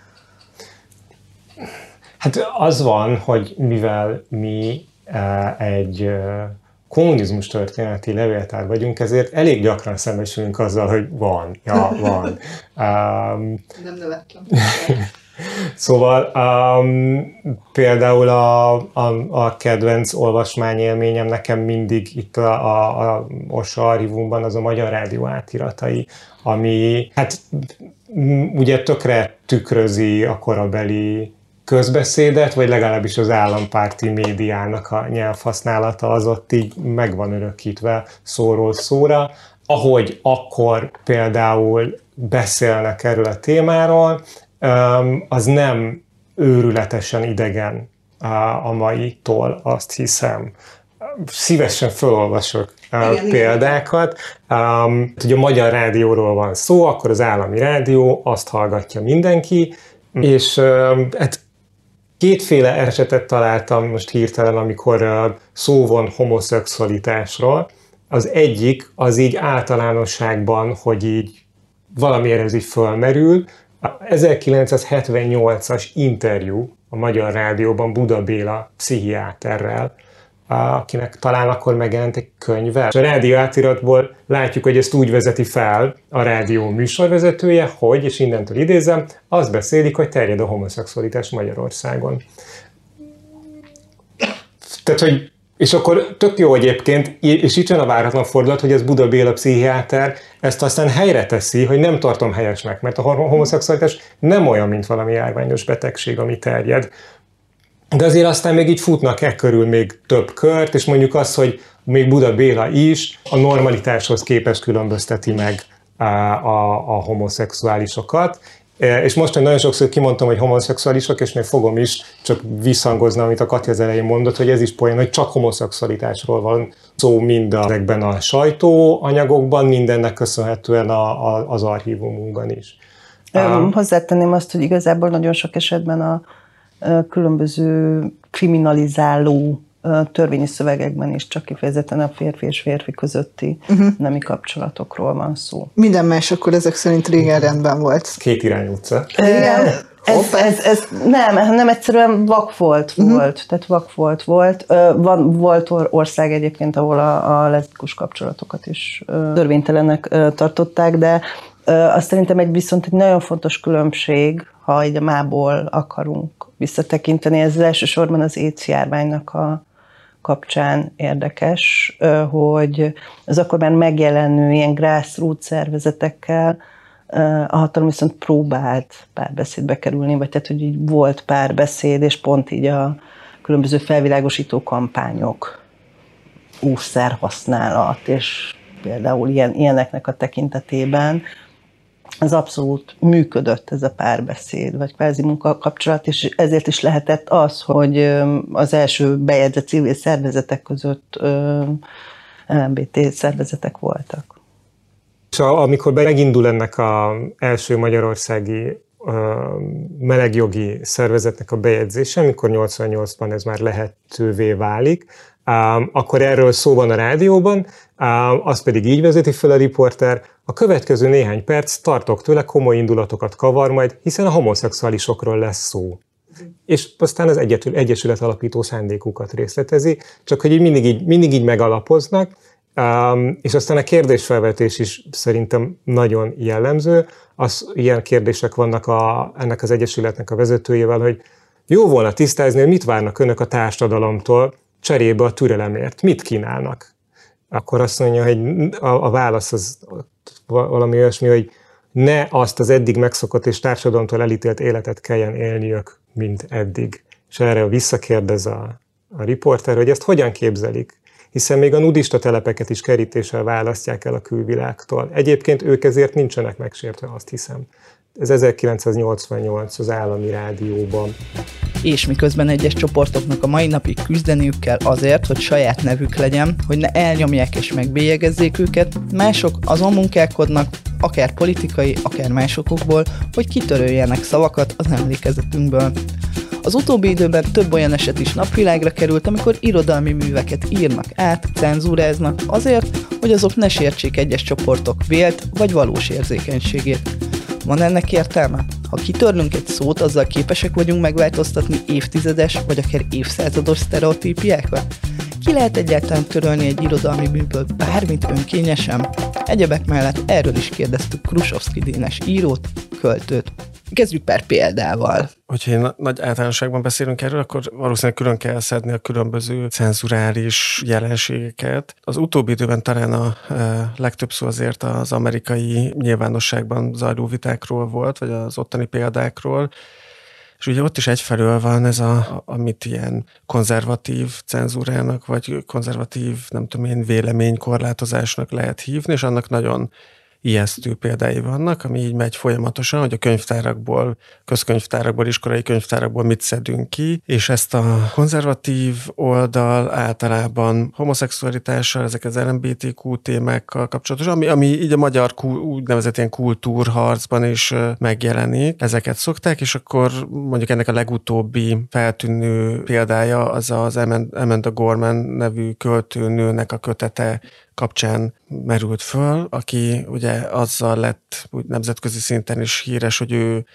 D: Hát az van, hogy mivel mi egy kommunizmus történeti levéltár vagyunk, ezért elég gyakran szembesülünk azzal, hogy van, ja, van. Um,
A: nem nevettem.
D: Szóval um, például a, a, a kedvenc olvasmányélményem nekem mindig itt a, a, a Orsa archívumban az a Magyar Rádió átiratai, ami hát ugye tökre tükrözi a korabeli közbeszédet, vagy legalábbis az állampárti médiának a nyelvhasználata az ott így meg van örökítve szóról szóra. Ahogy akkor például beszélnek erről a témáról, az nem őrületesen idegen a maitól, azt hiszem. Szívesen felolvasok igen, példákat. Um, hogy a Magyar Rádióról van szó, akkor az állami rádió, azt hallgatja mindenki, mm. és um, hát kétféle esetet találtam most hirtelen, amikor uh, szó van homoszexualitásról. Az egyik az így általánosságban, hogy így valamiért ez így fölmerül. A ezerkilencszázhetvennyolcas interjú a a Magyar Rádióban Buda Béla pszichiáterrel, akinek talán akkor megjelent egy könyve. A rádió átiratból látjuk, hogy ezt úgy vezeti fel a rádió műsorvezetője, hogy, és innentől idézem, azt beszélik, hogy terjed a homoszexualitás Magyarországon. Tehát, hogy és akkor tök jó egyébként, és itt jön a váratlan fordulat, hogy ez Buda Béla pszichiáter ezt aztán helyre teszi, hogy nem tartom helyesnek, mert a homoszexualitás nem olyan, mint valami járványos betegség, ami terjed. De azért aztán még így futnak e körül még több kört, és mondjuk azt, hogy még Buda Béla is a normalitáshoz képest különbözteti meg a, a, a homoszexuálisokat. És most, hogy nagyon sokszor kimondtam, hogy homoszexuálisok, és még fogom is csak visszhangozni, amit a Kati az elején mondott, hogy ez is poén, hogy csak homoszexualitásról van szó mind ezekben a sajtóanyagokban, mindennek köszönhetően a, a, az archívumunkban is.
C: Um, Hozzátenném azt, hogy igazából nagyon sok esetben a, a különböző kriminalizáló törvényi szövegekben is csak kifejezetten a férfi és férfi közötti uh-huh. nemi kapcsolatokról van szó.
A: Minden más akkor ezek szerint régen rendben volt.
D: Két irány utca.
C: Igen. Ez, ez, ez nem, nem egyszerűen vakfolt volt, uh-huh. tehát vakfolt volt. Van, volt ország egyébként, ahol a, a leszbikus kapcsolatokat is törvénytelenek tartották, de azt szerintem egy viszont egy nagyon fontos különbség, ha egy a mából akarunk visszatekinteni, ez elsősorban az AIDS járványnak a kapcsán érdekes, hogy az akkor már megjelenő ilyen grassroots szervezetekkel a hatalom viszont próbált párbeszédbe kerülni, vagy tehát, hogy így volt párbeszéd, és pont így a különböző felvilágosító kampányok, úszer használat, és például ilyen, ilyeneknek a tekintetében az abszolút működött ez a párbeszéd, vagy kvázi munkakapcsolat, és ezért is lehetett az, hogy az első bejegyzett civil szervezetek között el em bé té szervezetek voltak.
D: És amikor megindul ennek az első magyarországi melegjogi szervezetnek a bejegyzése, amikor nyolcvannyolcban ez már lehetővé válik, akkor erről szó van a rádióban, az pedig így vezeti fel a riporter, a következő néhány perc tartok tőle komoly indulatokat kavar majd, hiszen a homoszexuálisokról lesz szó. És aztán az egyesület alapító szándékukat részletezi, csak hogy így mindig így, mindig így megalapoznak, és aztán a kérdésfelvetés is szerintem nagyon jellemző. Az, ilyen kérdések vannak a, ennek az egyesületnek a vezetőjével, hogy jó volna tisztázni, hogy mit várnak önök a társadalomtól cserébe a türelemért, mit kínálnak. Akkor azt mondja, hogy a, a válasz az valami olyasmi, hogy ne azt az eddig megszokott és társadalomtól elítélt életet kelljen élniük, mint eddig. És erre visszakérdez a, a riporter, hogy ezt hogyan képzelik, hiszen még a nudista telepeket is kerítéssel választják el a külvilágtól. Egyébként ők ezért nincsenek megsértve, azt hiszem. Ez ezerkilencszáznyolcvannyolc az Állami Rádióban.
A: És miközben egyes csoportoknak a mai napig küzdeniük kell azért, hogy saját nevük legyen, hogy ne elnyomják és megbélyegezzék őket, mások azon munkálkodnak, akár politikai, akár más okokból, hogy kitöröljenek szavakat az emlékezetünkből. Az utóbbi időben több olyan eset is napvilágra került, amikor irodalmi műveket írnak át, cenzúráznak azért, hogy azok ne sértsék egyes csoportok vélt vagy valós érzékenységét. Van ennek értelme? Ha kitörlünk egy szót, azzal képesek vagyunk megváltoztatni évtizedes vagy akár évszázados sztereotípiákat? Ki lehet egyáltalán törölni egy irodalmi műből bármit önkényesen? Egyebek mellett erről is kérdeztük Krusovszky Dénes írót, költőt. Kezdjük pár példával.
E: Hogyha nagy általánosságban beszélünk erről, akkor valószínűleg külön kell szedni a különböző cenzurális jelenségeket. Az utóbbi időben talán a e, legtöbb szó azért az amerikai nyilvánosságban zajló vitákról volt, vagy az ottani példákról. És ugye ott is egyfelől van ez, a, amit ilyen konzervatív cenzúrának, vagy konzervatív, nem tudom én, véleménykorlátozásnak lehet hívni, és annak nagyon ijesztő példái vannak, ami így megy folyamatosan, hogy a könyvtárakból, közkönyvtárakból, iskolai könyvtárakból mit szedünk ki, és ezt a konzervatív oldal általában homoszexualitással, ezek az el em bé té kú témákkal kapcsolatos, ami, ami így a magyar úgynevezett ilyen kultúrharcban is megjelenik. Ezeket szokták, és akkor mondjuk ennek a legutóbbi feltűnő példája az az Amanda Gorman nevű költőnőnek a kötete kapcsán merült föl, aki ugye azzal lett úgy nemzetközi szinten is híres, hogy ő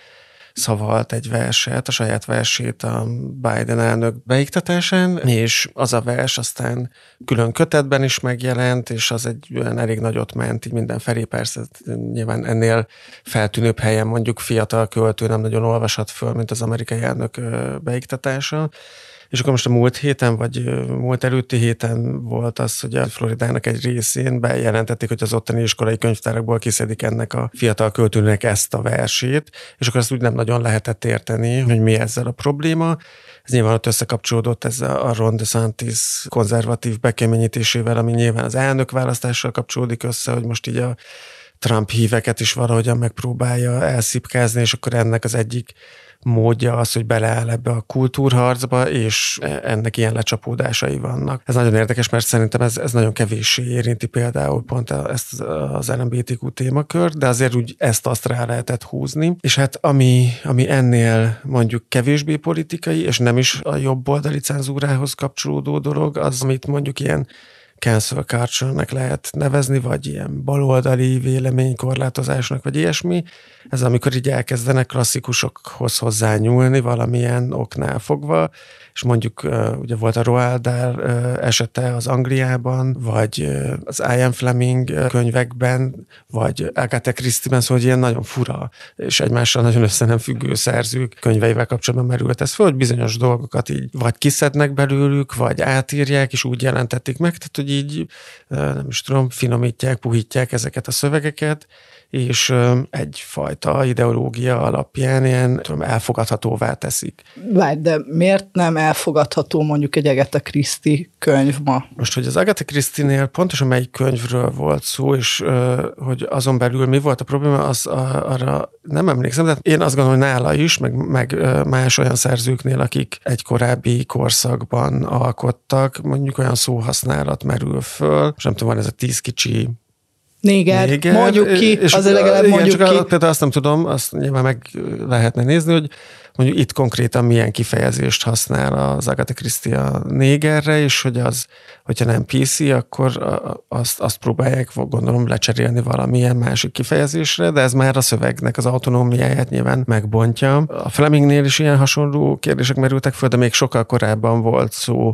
E: szavalt egy verset, a saját versét a Biden elnök beiktatásán, és az a vers aztán külön kötetben is megjelent, és az egy olyan elég nagyot ment, így mindenfelé, persze nyilván ennél feltűnőbb helyen mondjuk fiatal költő nem nagyon olvashat föl, mint az amerikai elnök beiktatása. És akkor most a múlt héten, vagy múlt előtti héten volt az, hogy a Floridának egy részén bejelentették, hogy az ottani iskolai könyvtárakból kiszedik ennek a fiatal költőnek ezt a versét, és akkor azt úgy nem nagyon lehetett érteni, hogy mi ezzel a probléma. Ez nyilván ott összekapcsolódott ez a Ron DeSantis konzervatív bekeményítésével, ami nyilván az elnökválasztással kapcsolódik össze, hogy most így a Trump híveket is valahogyan megpróbálja elszipkázni, és akkor ennek az egyik módja az, hogy beleáll ebbe a kultúrharcba, és ennek ilyen lecsapódásai vannak. Ez nagyon érdekes, mert szerintem ez, ez nagyon kevéssé érinti például pont ezt az el em bé té kú témakört, de azért úgy ezt-azt rá lehetett húzni. És hát ami, ami ennél mondjuk kevésbé politikai, és nem is a jobboldali cenzúrához kapcsolódó dolog, az, amit mondjuk ilyen cancel culture-nek lehet nevezni, vagy ilyen baloldali véleménykorlátozásnak, vagy ilyesmi. Ez amikor így elkezdenek klasszikusokhoz hozzányúlni valamilyen oknál fogva, és mondjuk ugye volt a Roald Dahl esete az Angliában, vagy az Ian Fleming könyvekben, vagy Agatha Christie-ben, szóval ilyen nagyon fura, és egymással nagyon össze nem függő szerzők könyveivel kapcsolatban merült ez föl, hogy bizonyos dolgokat így vagy kiszednek belőlük, vagy átírják, és úgy jelentették meg, tehát hogy így nem is tudom, finomítják, puhítják ezeket a szövegeket, és egyfajta ideológia alapján ilyen tudom, elfogadhatóvá teszik.
A: Várj, de miért nem elfogadható mondjuk egy Agatha Christie könyv ma?
E: Most, hogy az Agatha Christie-nél pontosan melyik könyvről volt szó, és hogy azon belül mi volt a probléma, az arra nem emlékszem, de én azt gondolom, hogy nála is, meg, meg más olyan szerzőknél, akik egy korábbi korszakban alkottak, mondjuk olyan szóhasználat merül föl, és nem tudom, van ez a tíz kicsi
A: Néger,
E: Néger,
A: mondjuk ki,
E: és
A: azért legalább
E: igen,
A: mondjuk
E: csak
A: ki.
E: A, például azt nem tudom, azt nyilván meg lehetne nézni, hogy mondjuk itt konkrétan milyen kifejezést használ az Agatha Christie a négerre, és hogy az, hogyha nem pé cé, akkor azt, azt próbálják, gondolom, lecserélni valamilyen másik kifejezésre, de ez már a szövegnek az autonómiáját nyilván megbontja. A Flemingnél is ilyen hasonló kérdések merültek föl, de még sokkal korábban volt szó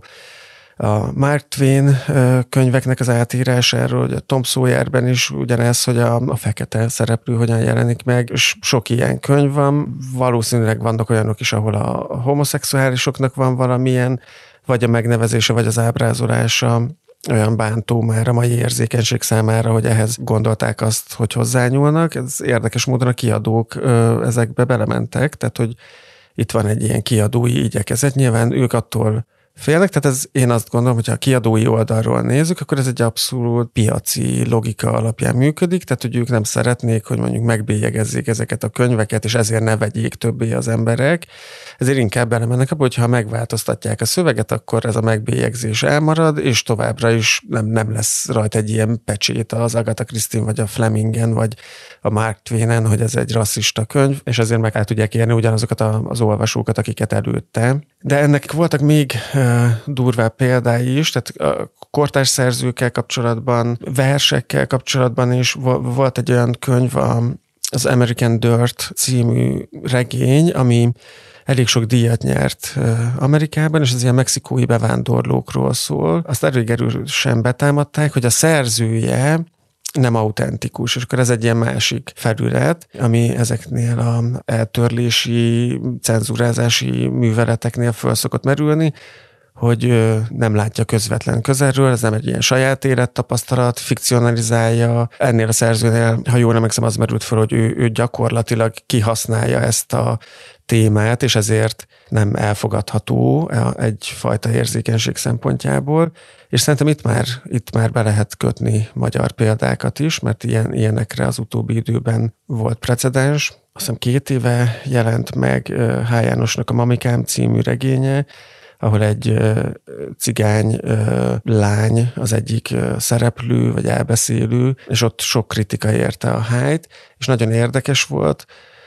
E: a Mark Twain könyveknek az átírásáról, hogy a Tom Sawyerben is ugyanez, hogy a, a fekete szereplő hogyan jelenik meg, és sok ilyen könyv van, valószínűleg vannak olyanok is, ahol a homoszexuálisoknak van valamilyen, vagy a megnevezése, vagy az ábrázolása olyan bántó már a mai érzékenység számára, hogy ehhez gondolták azt, hogy hozzányúlnak. Ez érdekes módon a kiadók ezekbe belementek, tehát hogy itt van egy ilyen kiadói igyekezet, nyilván ők attól félnek, tehát ez, én azt gondolom, hogy ha a kiadói oldalról nézzük, akkor ez egy abszolút piaci logika alapján működik, tehát hogy ők nem szeretnék, hogy mondjuk megbélyegezzék ezeket a könyveket, és ezért ne vegyék többé az emberek. Ezért inkább belemennek abba, hogyha megváltoztatják a szöveget, akkor ez a megbélyegzés elmarad, és továbbra is nem, nem lesz rajta egy ilyen pecsét az Agatha Christie vagy a Flemingen, vagy a Mark Twainen, hogy ez egy rasszista könyv, és ezért meg el tudják érni ugyanazokat az olvasókat, akiket előtte. De ennek voltak még durvább példái is, tehát a kortárs szerzőkkel kapcsolatban, versekkel kapcsolatban is volt egy olyan könyv, az American Dirt című regény, ami elég sok díjat nyert Amerikában, és ez ilyen mexikói bevándorlókról szól. Azt elég erősen betámadták, hogy a szerzője nem autentikus, és akkor ez egy ilyen másik felület, ami ezeknél a eltörlési, cenzúrázási műveleteknél föl szokott merülni, hogy nem látja közvetlen közelről, ez nem egy ilyen saját élettapasztalat, fikcionalizálja. Ennél a szerzőnél, ha jól emlékszem, az merült fel, hogy ő, ő gyakorlatilag kihasználja ezt a témát, és ezért nem elfogadható egyfajta érzékenység szempontjából. És szerintem itt már, itt már be lehet kötni magyar példákat is, mert ilyen, ilyenekre az utóbbi időben volt precedens. Azt hiszem két éve jelent meg H. Jánosnak a Mamikám című regénye, ahol egy cigány lány az egyik szereplő, vagy elbeszélő, és ott sok kritika érte a Hájt, és nagyon érdekes volt,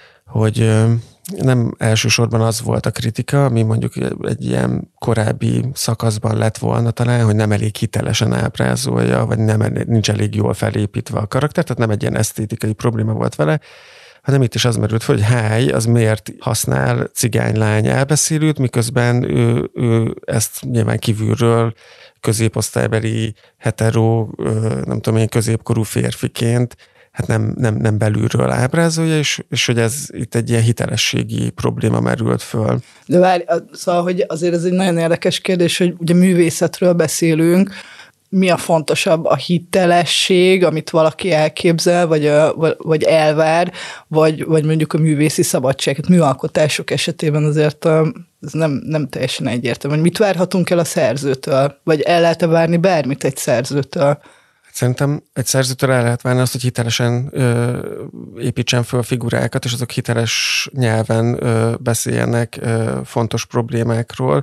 E: hogy nem elsősorban az volt a kritika, ami mondjuk egy ilyen korábbi szakaszban lett volna talán, hogy nem elég hitelesen ábrázolja, vagy nem, nincs elég jól felépítve a karakter, tehát nem egy ilyen esztétikai probléma volt vele, hanem itt is az merült fel, hogy háj, az miért használ cigánylány elbeszélőt, miközben ő, ő ezt nyilván kívülről középosztálybeli, hetero, nem tudom én, középkorú férfiként, hát nem, nem, nem belülről ábrázolja, és, és hogy ez itt egy ilyen hitelességi probléma merült föl.
A: De várj, szóval, hogy azért ez egy nagyon érdekes kérdés, hogy ugye művészetről beszélünk, mi a fontosabb, a hitelesség, amit valaki elképzel, vagy, a, vagy elvár, vagy, vagy mondjuk a művészi szabadság. Hát műalkotások esetében azért ez nem, nem teljesen egyértelmű. Mit várhatunk el a szerzőtől? Vagy el lehet-e várni bármit egy szerzőtől?
E: Szerintem egy szerzőtől el lehet várni azt, hogy hitelesen ö, építsen föl figurákat, és azok hiteles nyelven ö, beszéljenek ö, fontos problémákról.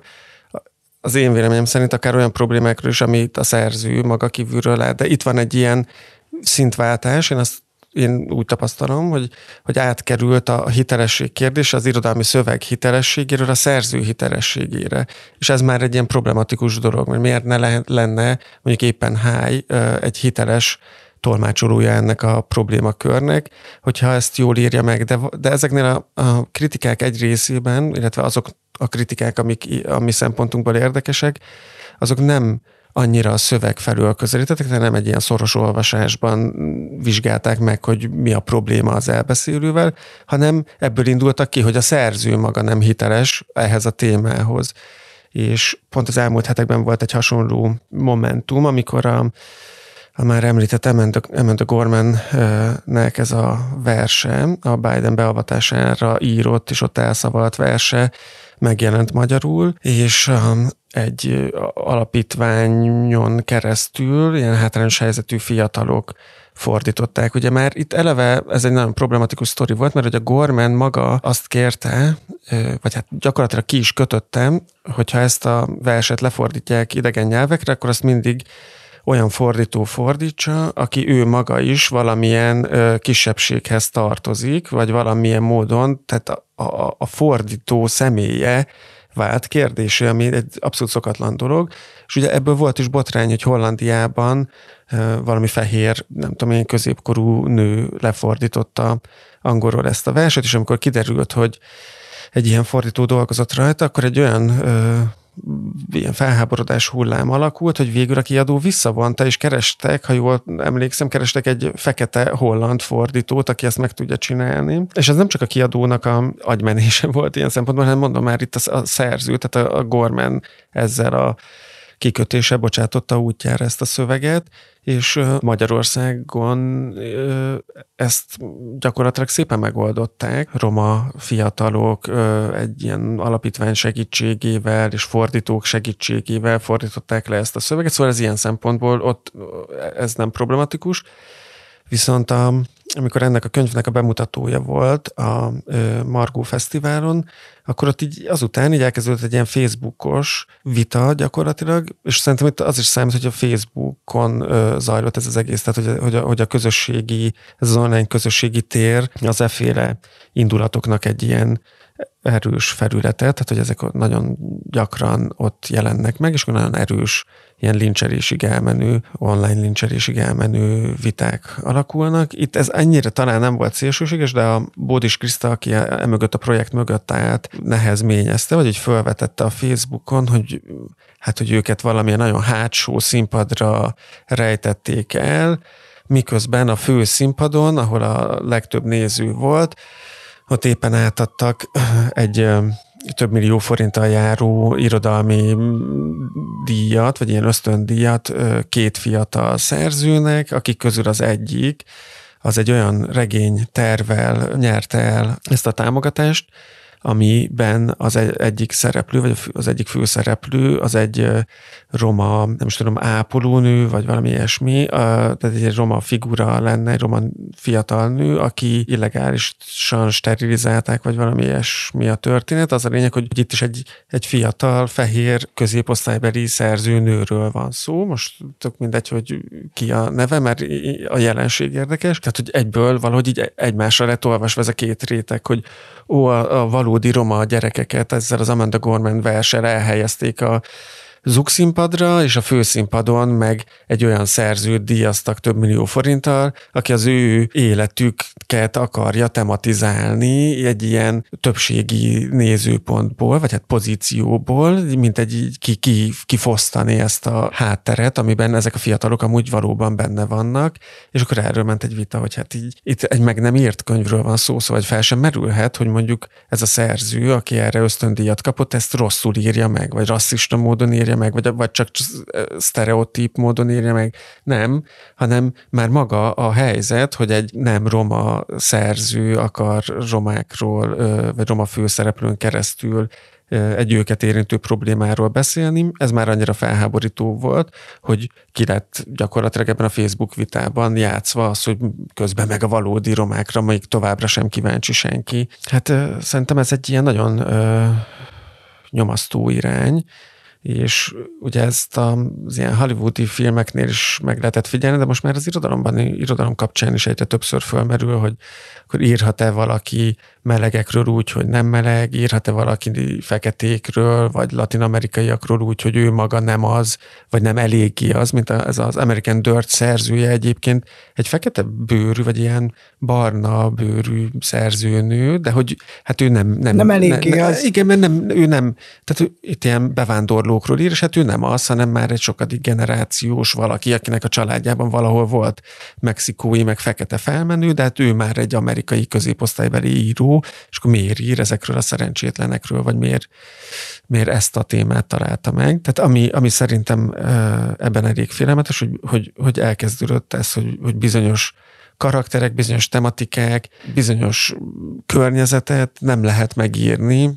E: Az én véleményem szerint akár olyan problémákról is, amit a szerző maga kívülről lát. De itt van egy ilyen szintváltás, én azt én úgy tapasztalom, hogy, hogy átkerült a hitelesség kérdése az irodalmi szöveg hitelességéről a szerző hitelességére. És ez már egy ilyen problematikus dolog, mert miért ne lenne mondjuk éppen háj egy hiteles tolmácsolója ennek a problémakörnek, hogyha ezt jól írja meg. De, de ezeknél a, a kritikák egy részében, illetve azok a kritikák, amik a mi szempontunkból érdekesek, azok nem annyira a szöveg felől közelítettek, de nem egy ilyen szoros olvasásban vizsgálták meg, hogy mi a probléma az elbeszélővel, hanem ebből indultak ki, hogy a szerző maga nem hiteles ehhez a témához. És pont az elmúlt hetekben volt egy hasonló momentum, amikor a, a már említett Amanda, Amanda Gorman-nek ez a verse, a Biden beavatására írott és ott elszavalt verse megjelent magyarul, és egy alapítványon keresztül ilyen hátrányos helyzetű fiatalok fordították. Ugye már itt eleve ez egy nagyon problematikus sztori volt, mert hogy a Gorman maga azt kérte, vagy hát gyakorlatilag ki is kötöttem, hogyha ezt a verset lefordítják idegen nyelvekre, akkor azt mindig olyan fordító fordítsa, aki ő maga is valamilyen ö, kisebbséghez tartozik, vagy valamilyen módon, tehát a, a, a fordító személye vált kérdésé, ami egy abszolút szokatlan dolog. És ugye ebből volt is botrány, hogy Hollandiában ö, valami fehér, nem tudom én, középkorú nő lefordította angolról ezt a verset, és amikor kiderült, hogy egy ilyen fordító dolgozott rajta, akkor egy olyan ö, ilyen felháborodás hullám alakult, hogy végül a kiadó visszavonta, és kerestek, ha jól emlékszem, kerestek egy fekete holland fordítót, aki ezt meg tudja csinálni. És ez nem csak a kiadónak a agymenése volt ilyen szempontból, hanem mondom már itt a szerző, tehát a Gorman ezzel a kikötése bocsátotta útjára ezt a szöveget, és Magyarországon ezt gyakorlatilag szépen megoldották. Roma fiatalok egy ilyen alapítvány segítségével és fordítók segítségével fordították le ezt a szöveget, szóval ez ilyen szempontból ott ez nem problematikus. Viszont a, amikor ennek a könyvnek a bemutatója volt a Margó Fesztiválon, akkor ott így azután így elkezdődött egy ilyen Facebookos vita gyakorlatilag, és szerintem itt az is számít, hogy a Facebookon zajlott ez az egész, tehát hogy a, hogy a, hogy a közösségi, ez az online közösségi tér az efféle indulatoknak egy ilyen erős felülete, tehát hogy ezek nagyon gyakran ott jelennek meg, és nagyon erős ilyen lincselésig elmenő, online lincselésig elmenő viták alakulnak. Itt ez ennyire talán nem volt szélsőséges, de a Bódis Kriszta, aki emögött a projekt mögött állt, nehezményezte, vagy hogy felvetette a Facebookon, hogy hát, hogy őket valamilyen nagyon hátsó színpadra rejtették el, miközben a fő színpadon, ahol a legtöbb néző volt, ott éppen átadtak egy több millió forinttal járó irodalmi díjat, vagy ilyen ösztöndíjat két fiatal szerzőnek, akik közül az egyik, az egy olyan regény tervvel nyerte el ezt a támogatást, amiben az egyik szereplő, vagy az egyik főszereplő, az egy roma, nem is tudom, ápolónő, vagy valami ilyesmi, tehát egy roma figura lenne, egy roma fiatal nő, aki illegálisan sterilizálták, vagy valami ilyesmi a történet. Az a lényeg, hogy itt is egy, egy fiatal, fehér, középosztálybeli szerzőnőről van szó. Most tök mindegy, hogy ki a neve, mert a jelenség érdekes. Tehát, hogy egyből valahogy így egymásra lett olvasva ez a két réteg, hogy ó, a, a valódi roma gyerekeket ezzel az Amanda Gorman verssel elhelyezték a zukszínpadra, és a főszínpadon meg egy olyan szerzőt díjaztak több millió forinttal, aki az ő életüket akarja tematizálni egy ilyen többségi nézőpontból, vagy hát pozícióból, mint egy ki, ki, kifosztani ezt a hátteret, amiben ezek a fiatalok amúgy valóban benne vannak, és akkor erről ment egy vita, hogy hát így itt egy meg nem írt könyvről van szó, szóval fel sem merülhet, hogy mondjuk ez a szerző, aki erre ösztöndíjat kapott, ezt rosszul írja meg, vagy rasszista módon írja meg, vagy, vagy csak sztereotíp módon írja meg. Nem, hanem már maga a helyzet, hogy egy nem roma szerző akar romákról, vagy roma főszereplőn keresztül egy őket érintő problémáról beszélni, ez már annyira felháborító volt, hogy ki lett gyakorlatilag ebben a Facebook vitában játszva az, hogy közben meg a valódi romákra még továbbra sem kíváncsi senki. Hát szerintem ez egy ilyen nagyon ö, nyomasztó irány, és ugye ezt az ilyen hollywoodi filmeknél is meg lehetett figyelni, de most már az irodalomban, irodalom kapcsán is egyre többször fölmerül, hogy akkor írhat-e valaki melegekről úgy, hogy nem meleg, írhat-e valaki feketékről, vagy latin-amerikaiakról úgy, hogy ő maga nem az, vagy nem eléggé az, mint ez az American Dirt szerzője egyébként egy fekete bőrű, vagy ilyen barna bőrű szerzőnő, de hogy hát ő nem... Nem,
A: nem eléggé
E: ne,
A: az.
E: Igen, mert nem, ő nem, tehát ő itt ilyen bevándorlókról ír, és hát ő nem az, hanem már egy sokadik generációs valaki, akinek a családjában valahol volt mexikói, meg fekete felmenő, de hát ő már egy amerikai középosztálybeli író, és akkor miért ír ezekről a szerencsétlenekről, vagy miért, miért ezt a témát találta meg. Tehát ami, ami szerintem ebben elég félelmetes, hogy, hogy, hogy elkezdődött ez, hogy, hogy bizonyos karakterek, bizonyos tematikák, bizonyos környezetet nem lehet megírni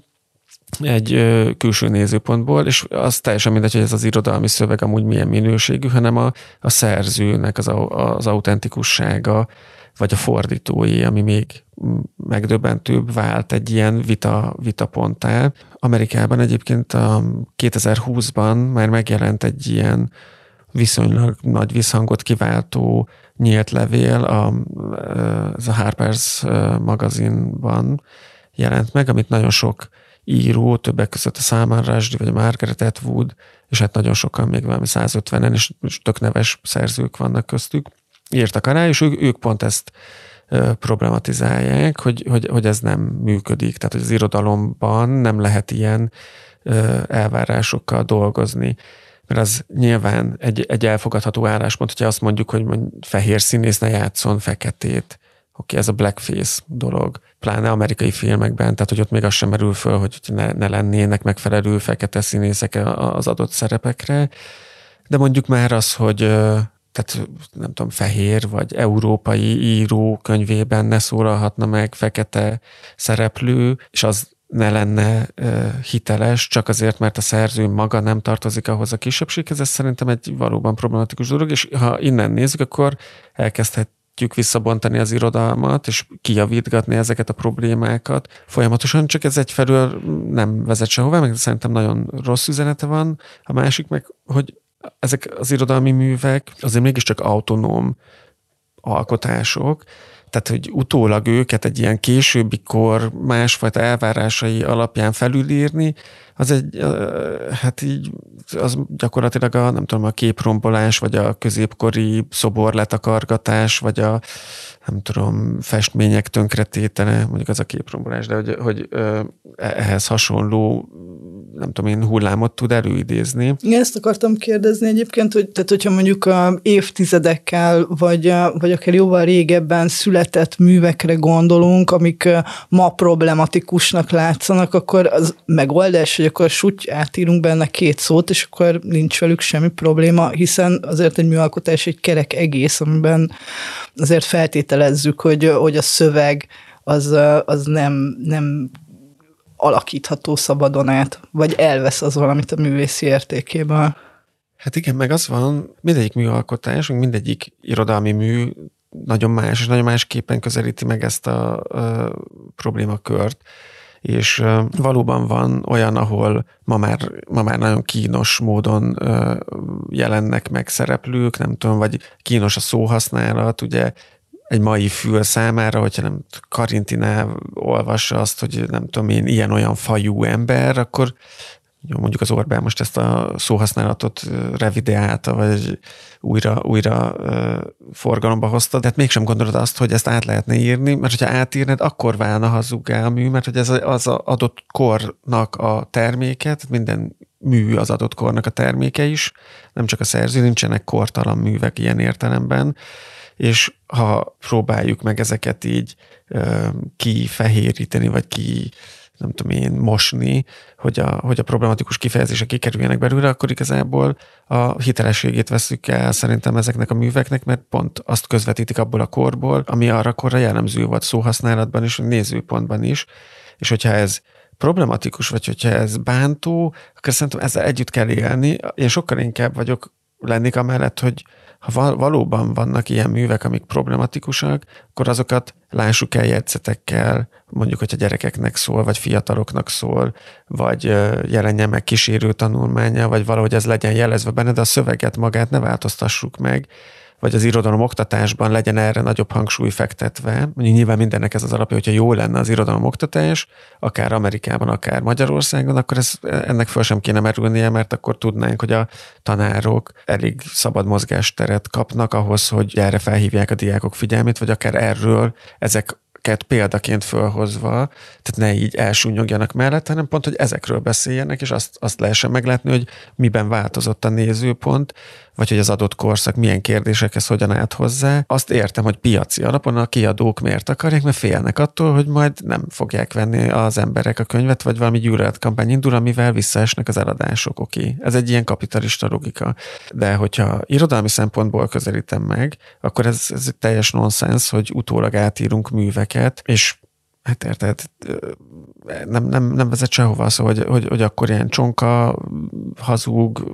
E: egy ö, külső nézőpontból, és az teljesen mindegy, hogy ez az irodalmi szöveg amúgy milyen minőségű, hanem a, a szerzőnek az, az autentikussága, vagy a fordítói, ami még megdöbbentőbb vált egy ilyen vita, vitaponttá. Amerikában egyébként a kétezer-húszban már megjelent egy ilyen viszonylag nagy visszhangot kiváltó nyílt levél, a, ez a Harper's magazinban jelent meg, amit nagyon sok író, többek között a Salman Rushdie vagy a Margaret Atwood, és hát nagyon sokan, még valami százötvenen, és tök neves szerzők vannak köztük, írtak alá, és ők, ők pont ezt ö, problematizálják, hogy, hogy, hogy ez nem működik, tehát hogy az irodalomban nem lehet ilyen ö, elvárásokkal dolgozni. Mert az nyilván egy, egy elfogadható álláspont, hogyha azt mondjuk, hogy mondjuk fehér színész ne játszon feketét. Oké, ez a blackface dolog, pláne amerikai filmekben, tehát hogy ott még az sem merül föl, hogy ne, ne lennének megfelelő fekete színészek az adott szerepekre. De mondjuk már az, hogy tehát nem tudom, fehér vagy európai író könyvében ne szólalhatna meg fekete szereplő, és az ne lenne uh, hiteles, csak azért, mert a szerző maga nem tartozik ahhoz a kisebbséghez, ez szerintem egy valóban problematikus dolog, és ha innen nézzük, akkor elkezdhetjük visszabontani az irodalmat, és kijavítgatni ezeket a problémákat folyamatosan, csak ez egyfelől nem vezet sehová, meg szerintem nagyon rossz üzenete van, a másik meg, hogy ezek az irodalmi művek azért mégiscsak autonóm alkotások, tehát, hogy utólag őket egy ilyen későbbi kor másfajta elvárásai alapján felülírni, az egy, hát így, az gyakorlatilag a, nem tudom, a képrombolás, vagy a középkori szoborletakargatás, vagy a, nem tudom, festmények tönkretétele, mondjuk az a képrombolás, de hogy, hogy ehhez hasonló, nem tudom én, hullámot tud előidézni.
A: Igen, ezt akartam kérdezni egyébként, hogy tehát, hogyha mondjuk a évtizedekkel, vagy, vagy akár jóval régebben született művekre gondolunk, amik ma problematikusnak látszanak, akkor az megoldás, hogy akkor suty átírunk benne két szót, és akkor nincs velük semmi probléma, hiszen azért egy műalkotás egy kerek egész, amiben azért feltételezzük, hogy, hogy a szöveg az, az nem, nem alakítható szabadon át, vagy elvesz az valamit a művészi értékéből.
E: Hát igen, meg az van, mindegyik műalkotás, mindegyik irodalmi mű nagyon más, és nagyon másképpen közelíti meg ezt a, a problémakört. És valóban van olyan, ahol ma már, ma már nagyon kínos módon jelennek meg szereplők, nem tudom, vagy kínos a szóhasználat, ugye egy mai fül számára, hogyha nem Karintinál olvassa azt, hogy nem tudom én, ilyen-olyan fajú ember, akkor jó, mondjuk az Orbán most ezt a szóhasználatot revideálta, vagy újra, újra uh, forgalomba hozta, de hát mégsem gondolod azt, hogy ezt át lehetne írni, mert hogyha átírnád, akkor válna hazuggá a mű, mert hogy ez az adott kornak a terméke, tehát minden mű az adott kornak a terméke is, nem csak a szerző, nincsenek kortalan művek ilyen értelemben, és ha próbáljuk meg ezeket így uh, kifehéríteni, vagy ki nem tudom én, mosni, hogy a, hogy a problematikus kifejezések kikerüljenek belőle, akkor igazából a hitelességét veszük el szerintem ezeknek a műveknek, mert pont azt közvetítik abból a korból, ami arra korra jellemző volt szóhasználatban és nézőpontban is, és hogyha ez problematikus, vagy hogyha ez bántó, akkor szerintem ezzel együtt kell élni. Én sokkal inkább vagyok lennék amellett, hogy ha valóban vannak ilyen művek, amik problematikusak, akkor azokat lássuk el jegyzetekkel, mondjuk, hogy a gyerekeknek szól, vagy fiataloknak szól, vagy jelenjen meg kísérő tanulmánya, vagy valahogy ez legyen jelezve benne, de a szöveget magát ne változtassuk meg, vagy az irodalom oktatásban legyen erre nagyobb hangsúly fektetve. Mondjuk nyilván mindennek ez az alapja, hogyha jó lenne az irodalom oktatás, akár Amerikában, akár Magyarországon, akkor ez, ennek föl sem kéne merülnie, mert akkor tudnánk, hogy a tanárok elég szabad mozgásteret kapnak ahhoz, hogy erre felhívják a diákok figyelmét, vagy akár erről ezek példaként fölhozva, tehát ne így elsúnyogjanak mellett, hanem pont, hogy ezekről beszéljenek, és azt, azt lehessen meglátni, hogy miben változott a nézőpont, vagy hogy az adott korszak milyen kérdésekhez hogyan állt hozzá. Azt értem, hogy piaci alapon a kiadók miért akarják, mert félnek attól, hogy majd nem fogják venni az emberek a könyvet, vagy valami gyűlöletkampány indul, amivel visszaesnek az eladások. Oké, okay. Ez egy ilyen kapitalista logika. De hogyha irodalmi szempontból közelítem meg, akkor ez, ez egy teljes nonsens, hogy utólag átírunk műveket, és hát érted, nem, nem, nem vezet sehova az, hogy, hogy, hogy akkor ilyen csonka, hazug,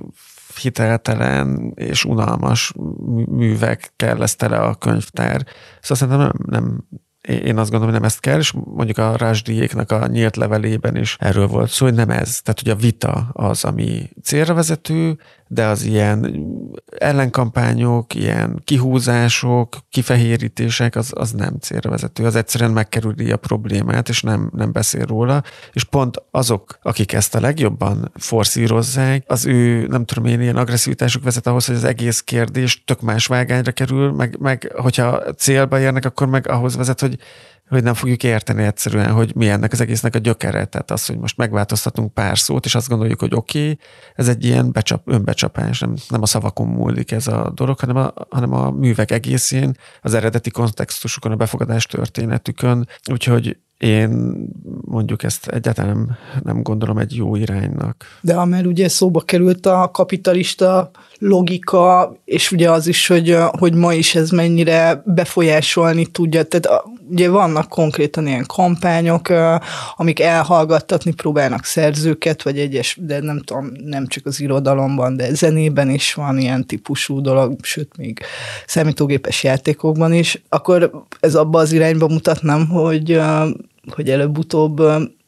E: hiteltelen és unalmas művekkel lesz tele a könyvtár. Szóval szerintem nem, nem, én azt gondolom, hogy nem ezt kell, és mondjuk a Rushdijéknak a nyílt levelében is erről volt szó, hogy nem ez. Tehát, hogy a vita az, ami célra vezető, de az ilyen ellenkampányok, ilyen kihúzások, kifehérítések, az, az nem célra vezető. Az egyszerűen megkerüli a problémát, és nem, nem beszél róla. És pont azok, akik ezt a legjobban forszírozzák, az ő, nem tudom én, ilyen agresszivitásuk vezet ahhoz, hogy az egész kérdés tök más vágányra kerül, meg, meg hogyha célba érnek, akkor meg ahhoz vezet, hogy hogy nem fogjuk érteni egyszerűen, hogy mi ennek az egésznek a gyökere. Tehát az, hogy most megváltoztatunk pár szót, és azt gondoljuk, hogy oké, okay, ez egy ilyen becsap, önbecsapás, nem, nem a szavakon múlik ez a dolog, hanem a, hanem a művek egészén, az eredeti kontextusukon, a befogadás történetükön. Úgyhogy én mondjuk ezt egyáltalán nem gondolom egy jó iránynak.
A: De amell ugye szóba került a kapitalista logika, és ugye az is, hogy, hogy ma is ez mennyire befolyásolni tudja. Tehát ugye vannak konkrétan ilyen kampányok, amik elhallgattatni próbálnak szerzőket, vagy egyes, de nem tudom, nem csak az irodalomban, de zenében is van ilyen típusú dolog, sőt még számítógépes játékokban is. Akkor ez abba az irányba mutat, nem, hogy hogy előbb-utóbb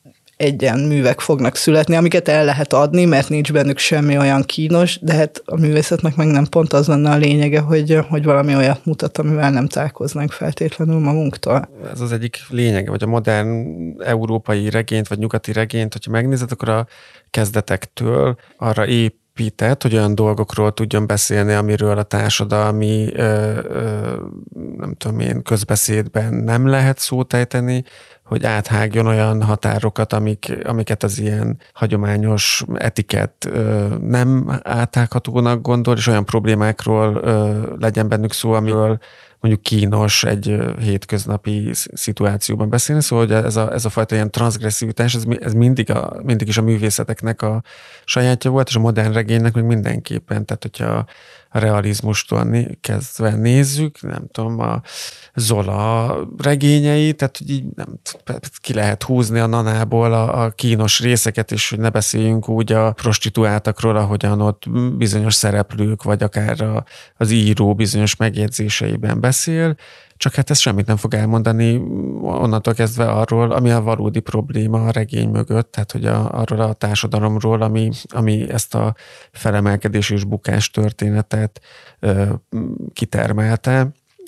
A: egyen művek fognak születni, amiket el lehet adni, mert nincs bennük semmi olyan kínos, de hát a művészetnek meg nem pont az lenne a lényege, hogy, hogy valami olyat mutat, amivel nem találkoznánk feltétlenül magunktól.
E: Ez az egyik lényege, vagy a modern európai regényt, vagy nyugati regényt, hogyha megnézed, akkor a kezdetektől arra épp épített, hogy olyan dolgokról tudjon beszélni, amiről a társadalmi ö, ö, nem tudom én, közbeszédben nem lehet szót ejteni, hogy áthágjon olyan határokat, amik, amiket az ilyen hagyományos etikett ö, nem áthághatónak gondol, és olyan problémákról ö, legyen bennük szó, amiről mondjuk kínos egy hétköznapi szituációban beszélni, szóval hogy ez a, ez a fajta ilyen transzgresszivitás, ez, ez mindig, a, mindig is a művészeteknek a sajátja volt, és a modern regénynek még mindenképpen, tehát hogyha a realizmustól kezdve nézzük, nem tudom, a Zola regényei, tehát hogy így nem, ki lehet húzni a nanából a, a kínos részeket, és hogy ne beszéljünk úgy a prostituáltakról, ahogyan ott bizonyos szereplők, vagy akár a, az író bizonyos megjegyzéseiben beszél, csak hát ez semmit nem fog elmondani onnantól kezdve arról, ami a valódi probléma a regény mögött, tehát hogy a, arról a társadalomról, ami, ami ezt a felemelkedés és bukás történetet ö, kitermelte,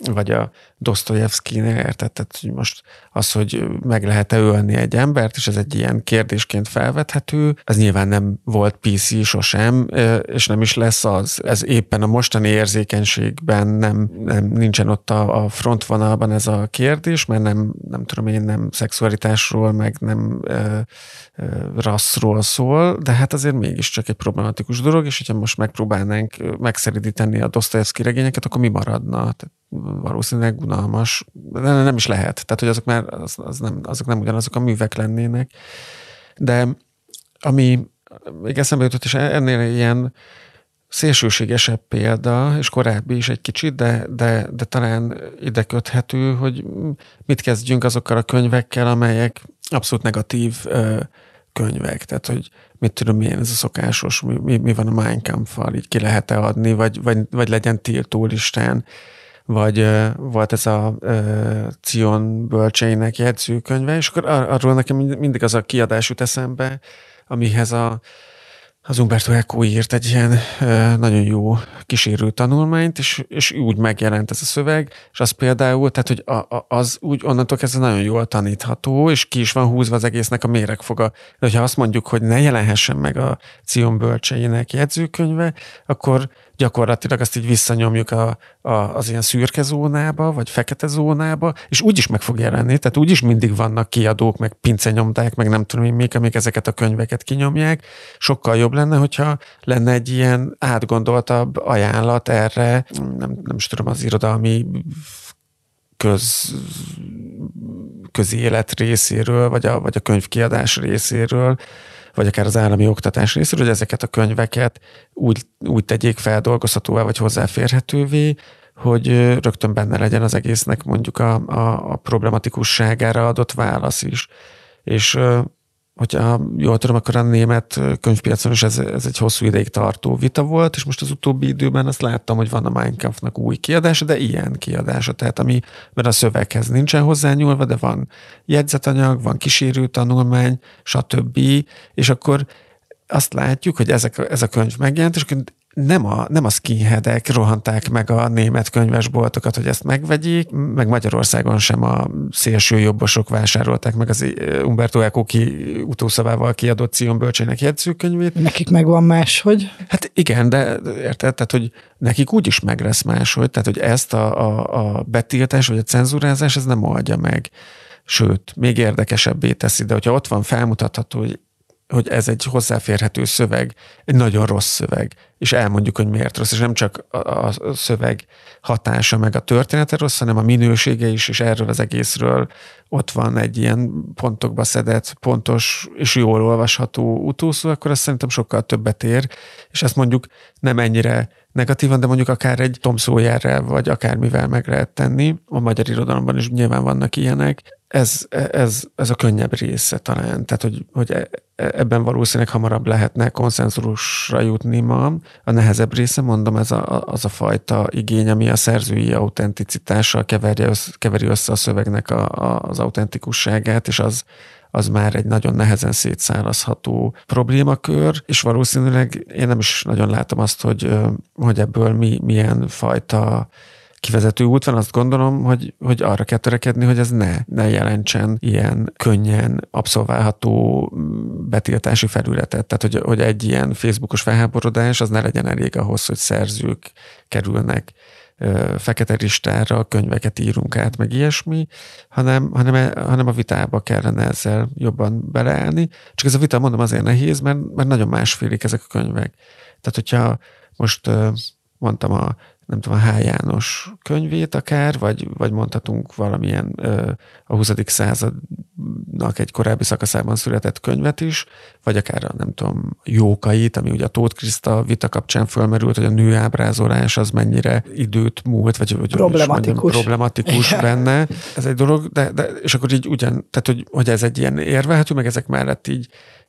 E: vagy a Dostoyevskynél, érted? Tehát hogy most az, hogy meg lehet-e ölni egy embert, és ez egy ilyen kérdésként felvethető, ez nyilván nem volt pé cé sosem, és nem is lesz az. Ez éppen a mostani érzékenységben nem, nem nincsen ott a, a frontvonalban ez a kérdés, mert nem, nem tudom én, nem szexualitásról, meg nem e, e, rasszról szól, de hát azért mégiscsak egy problematikus dolog, és hogyha most megpróbálnánk megszeridíteni a Dostoyevsky regényeket, akkor mi maradna? Tehát valószínűleg unalmas, de nem is lehet. Tehát, hogy azok már az, az nem, azok nem ugyanazok a művek lennének. De ami még eszembe jutott, és ennél ilyen szélsőségesebb példa, és korábbi is egy kicsit, de, de, de talán ide köthető, hogy mit kezdjünk azokkal a könyvekkel, amelyek abszolút negatív ö, könyvek. Tehát, hogy mit tudom én, ez a szokásos, mi, mi, mi van a Mein Kampffal, így ki lehet-e adni, vagy, vagy, vagy legyen tiltólistán, vagy uh, volt ez a uh, Cion bölcseinek jegyzőkönyve, és akkor ar- arról nekem mindig az a kiadás jut eszembe, amihez a, az Umberto Eco írt egy ilyen uh, nagyon jó kísérő tanulmányt, és, és úgy megjelent ez a szöveg, és az például, tehát, hogy a, a, az úgy onnantól kezdve nagyon jól tanítható, és ki is van húzva az egésznek a méregfoga. De hogyha azt mondjuk, hogy ne jelenhessen meg a Cion bölcseinek jegyzőkönyve, akkor gyakorlatilag azt így visszanyomjuk a, a, az ilyen szürke zónába, vagy fekete zónába, és úgy is meg fog jelenni, tehát úgy is mindig vannak kiadók, meg pincenyomták, meg nem tudom én még, amik ezeket a könyveket kinyomják. Sokkal jobb lenne, hogyha lenne egy ilyen átgondoltabb ajánlat erre, nem, nem is tudom, az irodalmi köz, közélet részéről, vagy a, vagy a könyvkiadás részéről, vagy akár az állami oktatás részéről, hogy ezeket a könyveket úgy, úgy tegyék feldolgozhatóvá, vagy hozzáférhetővé, hogy rögtön benne legyen az egésznek mondjuk a, a, a problematikusságára adott válasz is. És hogyha jól tudom, akkor a német könyvpiacon is ez, ez egy hosszú ideig tartó vita volt, és most az utóbbi időben azt láttam, hogy van a Mein Kampfnak új kiadása, de ilyen kiadása, tehát ami, mert a szöveghez nincsen hozzányúlva, de van jegyzetanyag, van kísérő tanulmány, stb. És akkor azt látjuk, hogy ezek, ez a könyv megjelent, és nem a, nem a skinheadek rohanták meg a német könyvesboltokat, hogy ezt megvegyék, meg Magyarországon sem a szélső jobbosok vásárolták meg az Umberto Eco ki, utószavával kiadott Cion bölcsének jegyzőkönyvét.
A: Nekik megvan máshogy?
E: Hát igen, de érted, tehát, hogy nekik úgy is meg lesz máshogy, tehát, hogy ezt a, a, a betiltás, vagy a cenzúrázás, ez nem oldja meg. Sőt, még érdekesebbé teszi, de hogyha ott van felmutatható, hogy hogy ez egy hozzáférhető szöveg, egy nagyon rossz szöveg, és elmondjuk, hogy miért rossz, és nem csak a szöveg hatása meg a története rossz, hanem a minősége is, és erről az egészről ott van egy ilyen pontokba szedett, pontos és jól olvasható utószó, akkor azt szerintem sokkal többet ér, és ezt mondjuk nem ennyire negatívan, de mondjuk akár egy Tom Sawyerrel, vagy akármivel meg lehet tenni. A magyar irodalomban is nyilván vannak ilyenek. Ez, ez, ez a könnyebb része talán. Tehát, hogy, hogy ebben valószínűleg hamarabb lehetne konszenzusra jutni ma. A nehezebb része, mondom, ez a, az a fajta igény, ami a szerzői autenticitással keveri össze, keveri össze a szövegnek a, a, az autentikusságát, és az, az már egy nagyon nehezen szétszállazható problémakör, és valószínűleg én nem is nagyon látom azt, hogy, hogy ebből mi, milyen fajta kivezető út van, azt gondolom, hogy, hogy arra kell törekedni, hogy ez ne, ne jelentsen ilyen könnyen abszolválható betiltási felületet. Tehát, hogy, hogy egy ilyen Facebookos felháborodás, az ne legyen elég ahhoz, hogy szerzők kerülnek fekete listára, könyveket írunk át, meg ilyesmi, hanem, hanem, hanem a vitába kellene ezzel jobban beleállni. Csak ez a vita, mondom, azért nehéz, mert, mert nagyon másfélik ezek a könyvek. Tehát, hogyha most mondtam a nem tudom, a H. János könyvét akár, vagy, vagy mondhatunk valamilyen a huszadik századnak egy korábbi szakaszában született könyvet is, vagy akár a nem tudom, Jókait, ami ugye a Tóth Kriszta vita kapcsán fölmerült, hogy a nő ábrázolás az mennyire időt múlt, vagy hogy
A: problematikus,
E: mondjam, problematikus benne. Ez egy dolog, de, de és akkor így ugyan, tehát hogy, hogy ez egy ilyen érvelhető, meg ezek mellett így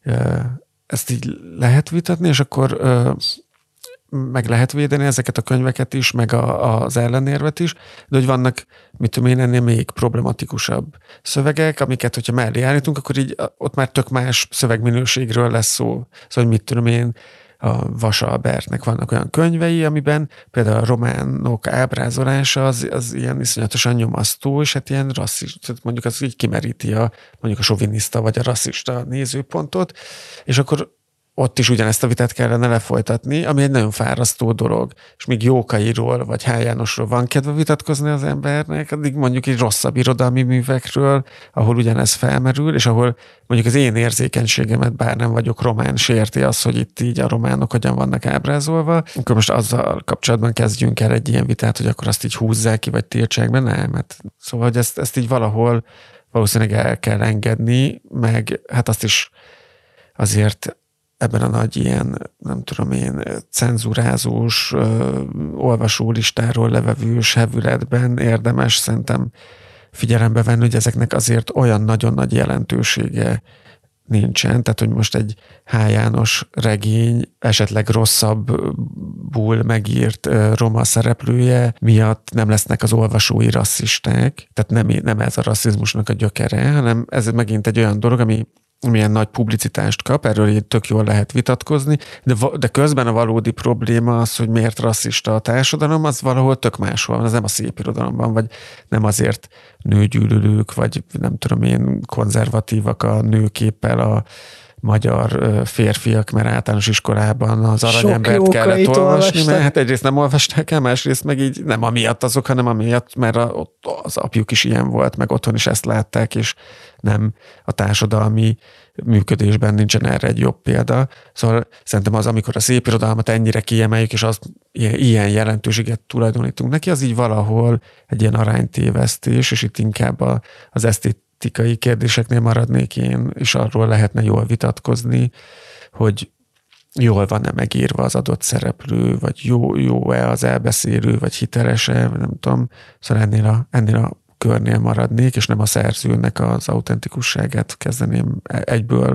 E: ezt így lehet vitatni, és akkor meg lehet védeni ezeket a könyveket is, meg a, az ellenérvet is, de hogy vannak, mit tudom én, ennél még problematikusabb szövegek, amiket, hogyha mellé állítunk, akkor így ott már tök más szövegminőségről lesz szó. Szóval, hogy mit tudom én, a Vasalbertnek vannak olyan könyvei, amiben például a románok ábrázolása az, az ilyen iszonyatosan nyomasztó, és hát ilyen rasszista, mondjuk az így kimeríti a, mondjuk a soviniszta vagy a rasszista nézőpontot, és akkor ott is ugyanezt a vitát kellene lefolytatni, ami egy nagyon fárasztó dolog. És míg Jókairól vagy H. Jánosról van kedve vitatkozni az embernek, addig mondjuk egy rosszabb irodalmi művekről, ahol ugyanez felmerül, és ahol mondjuk az én érzékenységemet, bár nem vagyok román, sérti az, hogy itt így a románok hogyan vannak ábrázolva. Akkor most azzal kapcsolatban kezdjünk el egy ilyen vitát, hogy akkor azt így húzzák ki, vagy tiltsák be, nem. Hát, szóval, hogy ezt, ezt így valahol valószínűleg el kell engedni, meg hát azt is azért ebben a nagy ilyen, nem tudom én, cenzurázós, olvasólistáról levevős hevületben érdemes szerintem figyelembe venni, hogy ezeknek azért olyan nagyon nagy jelentősége nincsen. Tehát, hogy most egy H. János regény esetleg rosszabbul megírt roma szereplője miatt nem lesznek az olvasói rasszisták. Tehát nem, nem ez a rasszizmusnak a gyökere, hanem ez megint egy olyan dolog, ami milyen nagy publicitást kap, erről így tök jól lehet vitatkozni, de, de közben a valódi probléma az, hogy miért rasszista a társadalom, az valahol tök máshol van, az nem a szépirodalomban, vagy nem azért nőgyűlölők, vagy nem tudom én, konzervatívak a nőképpel a magyar férfiak, mert általános iskolában az aranyembert kellett olvasni, olvastak. Mert hát egyrészt nem olvasták el, másrészt meg így nem amiatt azok, hanem amiatt, mert a, az apjuk is ilyen volt, meg otthon is ezt látták, és nem a társadalmi működésben nincsen erre egy jobb példa. Szóval szerintem az, amikor a szépirodalmat ennyire kiemeljük, és az ilyen jelentőséget tulajdonítunk neki, az így valahol egy ilyen aránytévesztés, és itt inkább a, az esztétikai kérdéseknél maradnék én, és arról lehetne jól vitatkozni, hogy jól van-e megírva az adott szereplő, vagy jó, jó-e az elbeszélő, vagy hiteles-e, nem tudom. Szóval ennél a, ennél a körnél maradnék, és nem a szerzőnek az autentikusságát kezdeném egyből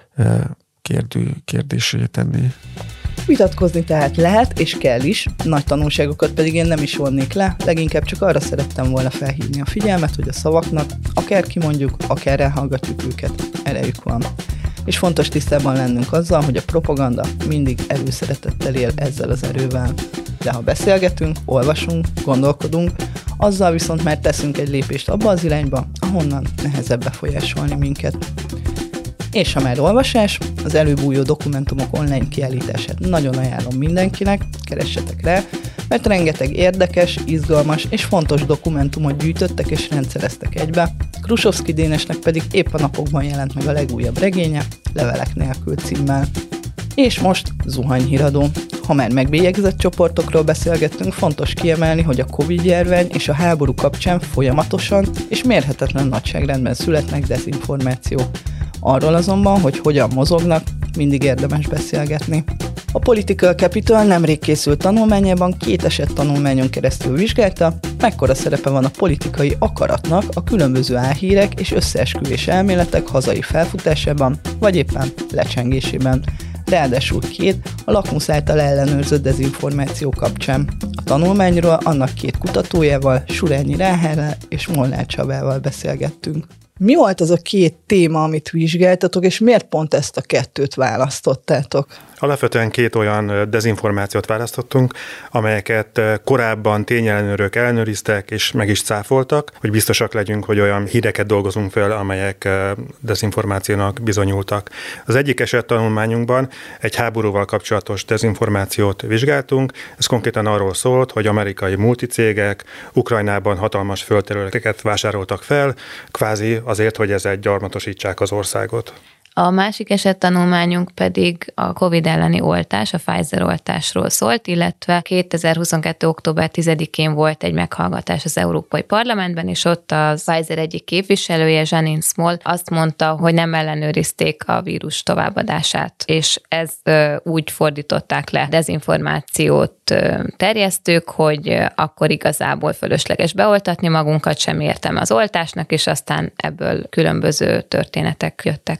E: kérdő, kérdésé tenni.
A: Vitatkozni tehát lehet, és kell is, nagy tanulságokat pedig én nem is vonnék le, leginkább csak arra szerettem volna felhívni a figyelmet, hogy a szavaknak, akár kimondjuk, akár elhallgatjuk őket, erejük van. És fontos tisztában lennünk azzal, hogy a propaganda mindig előszeretettel él ezzel az erővel. De ha beszélgetünk, olvasunk, gondolkodunk, azzal viszont már teszünk egy lépést abba az irányba, ahonnan nehezebb befolyásolni minket. És ha már olvasás, az előbújó dokumentumok online kiállítását nagyon ajánlom mindenkinek, keressetek rá, mert rengeteg érdekes, izgalmas és fontos dokumentumot gyűjtöttek és rendszereztek egybe, Krusovszky Dénesnek pedig épp a napokban jelent meg a legújabb regénye, Levelek nélkül címmel. És most zuhanyhíradó. Ha már megbélyegzett csoportokról beszélgettünk, fontos kiemelni, hogy a Covid-járvány és a háború kapcsán folyamatosan és mérhetetlen nagyságrendben születnek dezinformációk. Arról azonban, hogy hogyan mozognak, mindig érdemes beszélgetni. A Political Capital nemrég készült tanulmányában két eset tanulmányon keresztül vizsgálta, mekkora szerepe van a politikai akaratnak a különböző álhírek és összeesküvés elméletek hazai felfutásában, vagy éppen lecsengésében. Ráadásul két a Lakmus által ellenőrzött dezinformáció kapcsán. A tanulmányról annak két kutatójával, Surányi Ráhellel és Molnár Csabával beszélgettünk. Mi volt az a két téma, amit vizsgáltatok, és miért pont ezt a kettőt választottátok?
F: Alapvetően két olyan dezinformációt választottunk, amelyeket korábban tényellenőrök ellenőriztek és meg is cáfoltak, hogy biztosak legyünk, hogy olyan híreket dolgozunk fel, amelyek dezinformációnak bizonyultak. Az egyik eset tanulmányunkban egy háborúval kapcsolatos dezinformációt vizsgáltunk. Ez konkrétan arról szólt, hogy amerikai multicégek Ukrajnában hatalmas földterületeket vásároltak fel, kvázi azért, hogy ezzel gyarmatosítsák az országot.
G: A másik esettanulmányunk pedig a Covid elleni oltás, a Pfizer oltásról szólt, illetve kétezer-huszonkettő. október tizedikén volt egy meghallgatás az Európai Parlamentben, és ott a Pfizer egyik képviselője, Janine Small azt mondta, hogy nem ellenőrizték a vírus továbbadását, és ezt úgy fordították le dezinformációt terjesztők, hogy akkor igazából fölösleges beoltatni magunkat, sem értem az oltásnak, és aztán ebből különböző történetek jöttek még.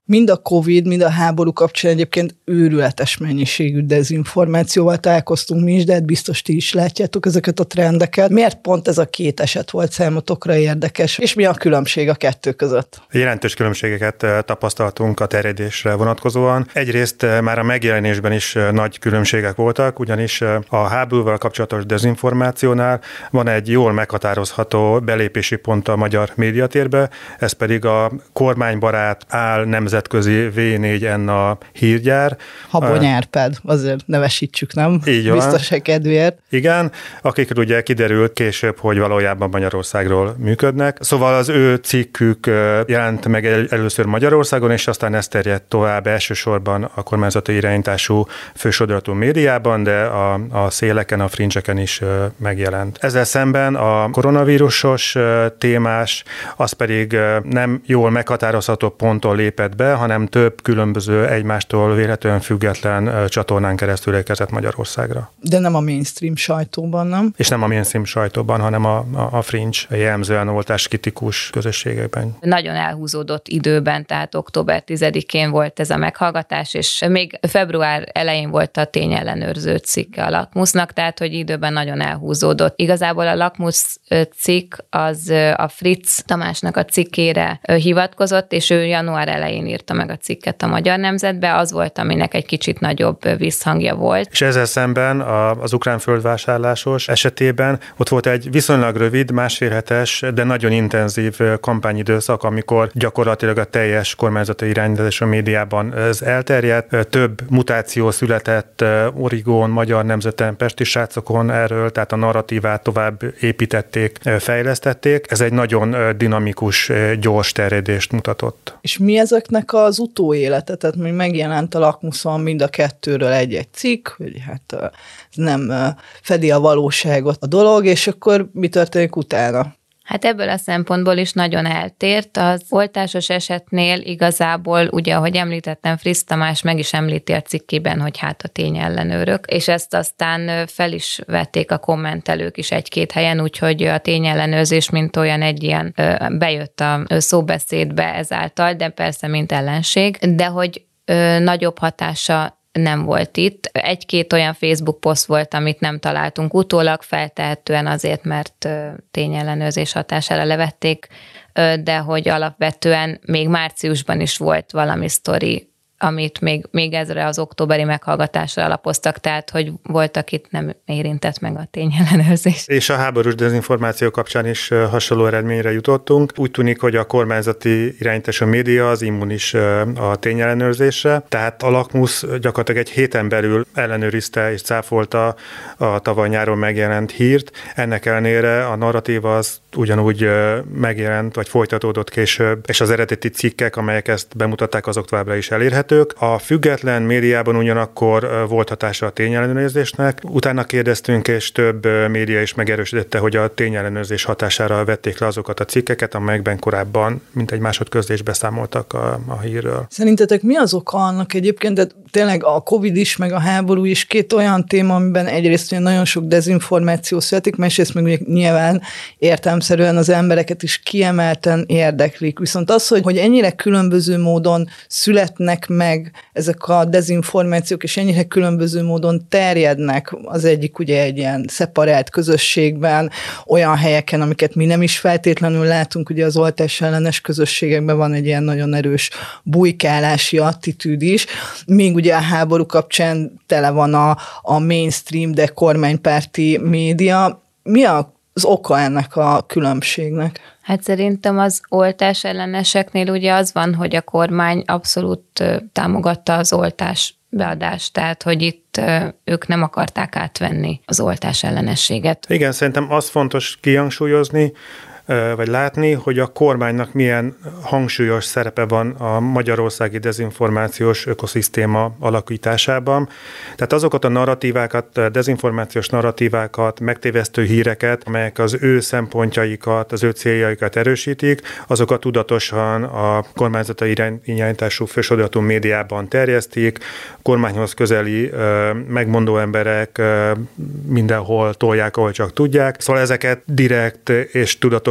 A: Mind a Covid, mind a háború kapcsán egyébként őrületes mennyiségű dezinformációval találkoztunk mi is, de hát biztos ti is látjátok ezeket a trendeket. Miért pont ez a két eset volt számotokra érdekes, és mi a különbség a kettő között?
F: Jelentős különbségeket tapasztaltunk a terjedésre vonatkozóan. Egyrészt már a megjelenésben is nagy különbségek voltak, ugyanis a háborúval kapcsolatos dezinformációnál van egy jól meghatározható belépési pont a magyar médiatérbe, ez pedig a kormánybarát áll nemzetközi vé négy en a hírgyár.
A: Habony Árpád, azért nevesítsük, nem?
F: Így van.
A: Biztos kedvéért.
F: Igen, akikről ugye kiderült később, hogy valójában Magyarországról működnek. Szóval az ő cikkük jelent meg el, először Magyarországon, és aztán ez terjedt tovább elsősorban a kormányzati irányítású fősodratú médiában, de a, a széleken, a frincseken is megjelent. Ezzel szemben a koronavírusos témás, az pedig nem jól meghatározható ponton lépett be, hanem több különböző egymástól véletlenül független csatornán keresztül érkezett Magyarországra.
A: De nem a mainstream sajtóban, nem?
F: És nem a mainstream sajtóban, hanem a, a, a fringe, jellemzően oltáskritikus közösségekben.
G: Nagyon elhúzódott időben, tehát október tizedikén volt ez a meghallgatás, és még február elején volt a tényellenőrző cikke a Lakmusznak, tehát hogy időben nagyon elhúzódott. Igazából a Lakmusz cikk az a Fritz Tamásnak a cikkére hivatkozott, és ő január elején írta meg a cikket a Magyar Nemzetbe, az volt, aminek egy kicsit nagyobb visszhangja volt.
F: És ezzel szemben az ukrán földvásárlásos esetében ott volt egy viszonylag rövid, másfél hetes, de nagyon intenzív kampányidőszak, amikor gyakorlatilag a teljes kormányzati irányítás a médiában ez elterjedt. Több mutáció született Origón, Magyar Nemzeten, Pesti Srácokon erről, tehát a narratívát tovább építették, fejlesztették. Ez egy nagyon dinamikus, gyors terjedést mutatott.
A: És mi ezeknek az utóélete? Tehát még megjelent a Lakmuszon mind a kettőről egy-egy cikk, hogy hát nem fedi a valóságot a dolog, és akkor mi történik utána?
G: Hát ebből a szempontból is nagyon eltért. Az oltásos esetnél igazából, ugye, ahogy említettem, Fritz Tamás meg is említi a cikkében, hogy hát a tényellenőrök, és ezt aztán fel is vették a kommentelők is egy-két helyen, úgyhogy a tényellenőrzés mint olyan egy ilyen bejött a szóbeszédbe ezáltal, de persze mint ellenség, de hogy nagyobb hatása nem volt itt. Egy-két olyan Facebook poszt volt, amit nem találtunk utólag, feltehetően azért, mert tényellenőrzés hatására levették, de hogy alapvetően még márciusban is volt valami sztori, amit még, még ezre az októberi meghallgatásra alapoztak, tehát hogy voltak itt nem érintett meg a tényellenőrzés.
F: És a háborús dezinformáció kapcsán is hasonló eredményre jutottunk. Úgy tűnik, hogy a kormányzati irányítású média az immunis a tényellenőrzésre, tehát a Lakmusz gyakorlatilag egy héten belül ellenőrizte és cáfolta a tavaly nyáron megjelent hírt. Ennek ellenére a narratíva az ugyanúgy megjelent, vagy folytatódott később, és az eredeti cikkek, amelyek ezt bemutatták, azok továbbra is elérhetők. A független médiában ugyanakkor volt hatása a tényellenőrzésnek. Utána kérdeztünk, és több média is megerősítette, hogy a tényellenőrzés hatására vették le azokat a cikkeket, amelyekben korábban mint egy másodközlés beszámoltak a, a hírről.
A: Szerintetek mi az oka annak egyébként, de tényleg a Covid is, meg a háború is két olyan téma, amiben egyrészt nagyon sok dezinformáció születik, másrészt meg nyilván értelemszerűen az embereket is kiemelten érdeklik. Viszont az, hogy, hogy ennyire különböző módon születnek meg ezek a dezinformációk, és ennyire különböző módon terjednek, az egyik ugye egy ilyen szeparált közösségben, olyan helyeken, amiket mi nem is feltétlenül látunk, ugye az oltás ellenes közösségekben van egy ilyen nagyon erős bujkálási attitűd is, míg ugye a háború kapcsán tele van a, a mainstream, de kormánypárti média. Mi a az oka ennek a különbségnek?
G: Hát szerintem az oltás elleneseknél ugye az van, hogy a kormány abszolút támogatta az oltás beadást, tehát hogy itt ők nem akarták átvenni az oltás ellenességet.
F: Igen, szerintem az fontos kihangsúlyozni, vagy látni, hogy a kormánynak milyen hangsúlyos szerepe van a magyarországi dezinformációs ökoszisztéma alakításában. Tehát azokat a narratívákat, dezinformációs narratívákat, megtévesztő híreket, amelyek az ő szempontjaikat, az ő céljaikat erősítik, azokat tudatosan a kormányzati irányítású fősodratú médiában terjesztik, kormányhoz közeli megmondó emberek mindenhol tolják, ahol csak tudják. Szóval ezeket direkt és tudatos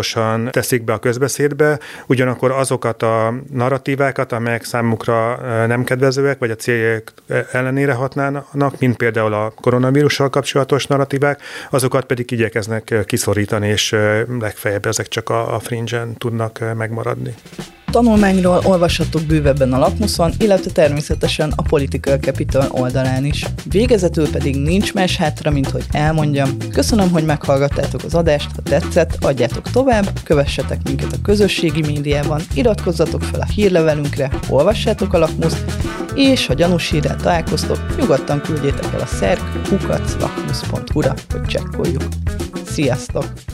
F: tudatosan teszik be a közbeszédbe, ugyanakkor azokat a narratívákat, amelyek számukra nem kedvezőek, vagy a céljaik ellenére hatnának, mint például a koronavírussal kapcsolatos narratívák, azokat pedig igyekeznek kiszorítani, és legfeljebb ezek csak a fringe-en tudnak megmaradni.
A: Tanulmányról olvashatok bővebben a Lakmuszon, illetve természetesen a Political Capital oldalán is. Végezetül pedig nincs más hátra, mint hogy elmondjam. Köszönöm, hogy meghallgattátok az adást, ha tetszett, adjátok tovább, kövessetek minket a közösségi médiában, iratkozzatok fel a hírlevelünkre, olvassátok a Lakmuszt, és ha gyanús hírrel találkoztok, nyugodtan küldjétek el a szerk kukac lakmusz pont hu-ra, hogy csekkoljuk. Sziasztok!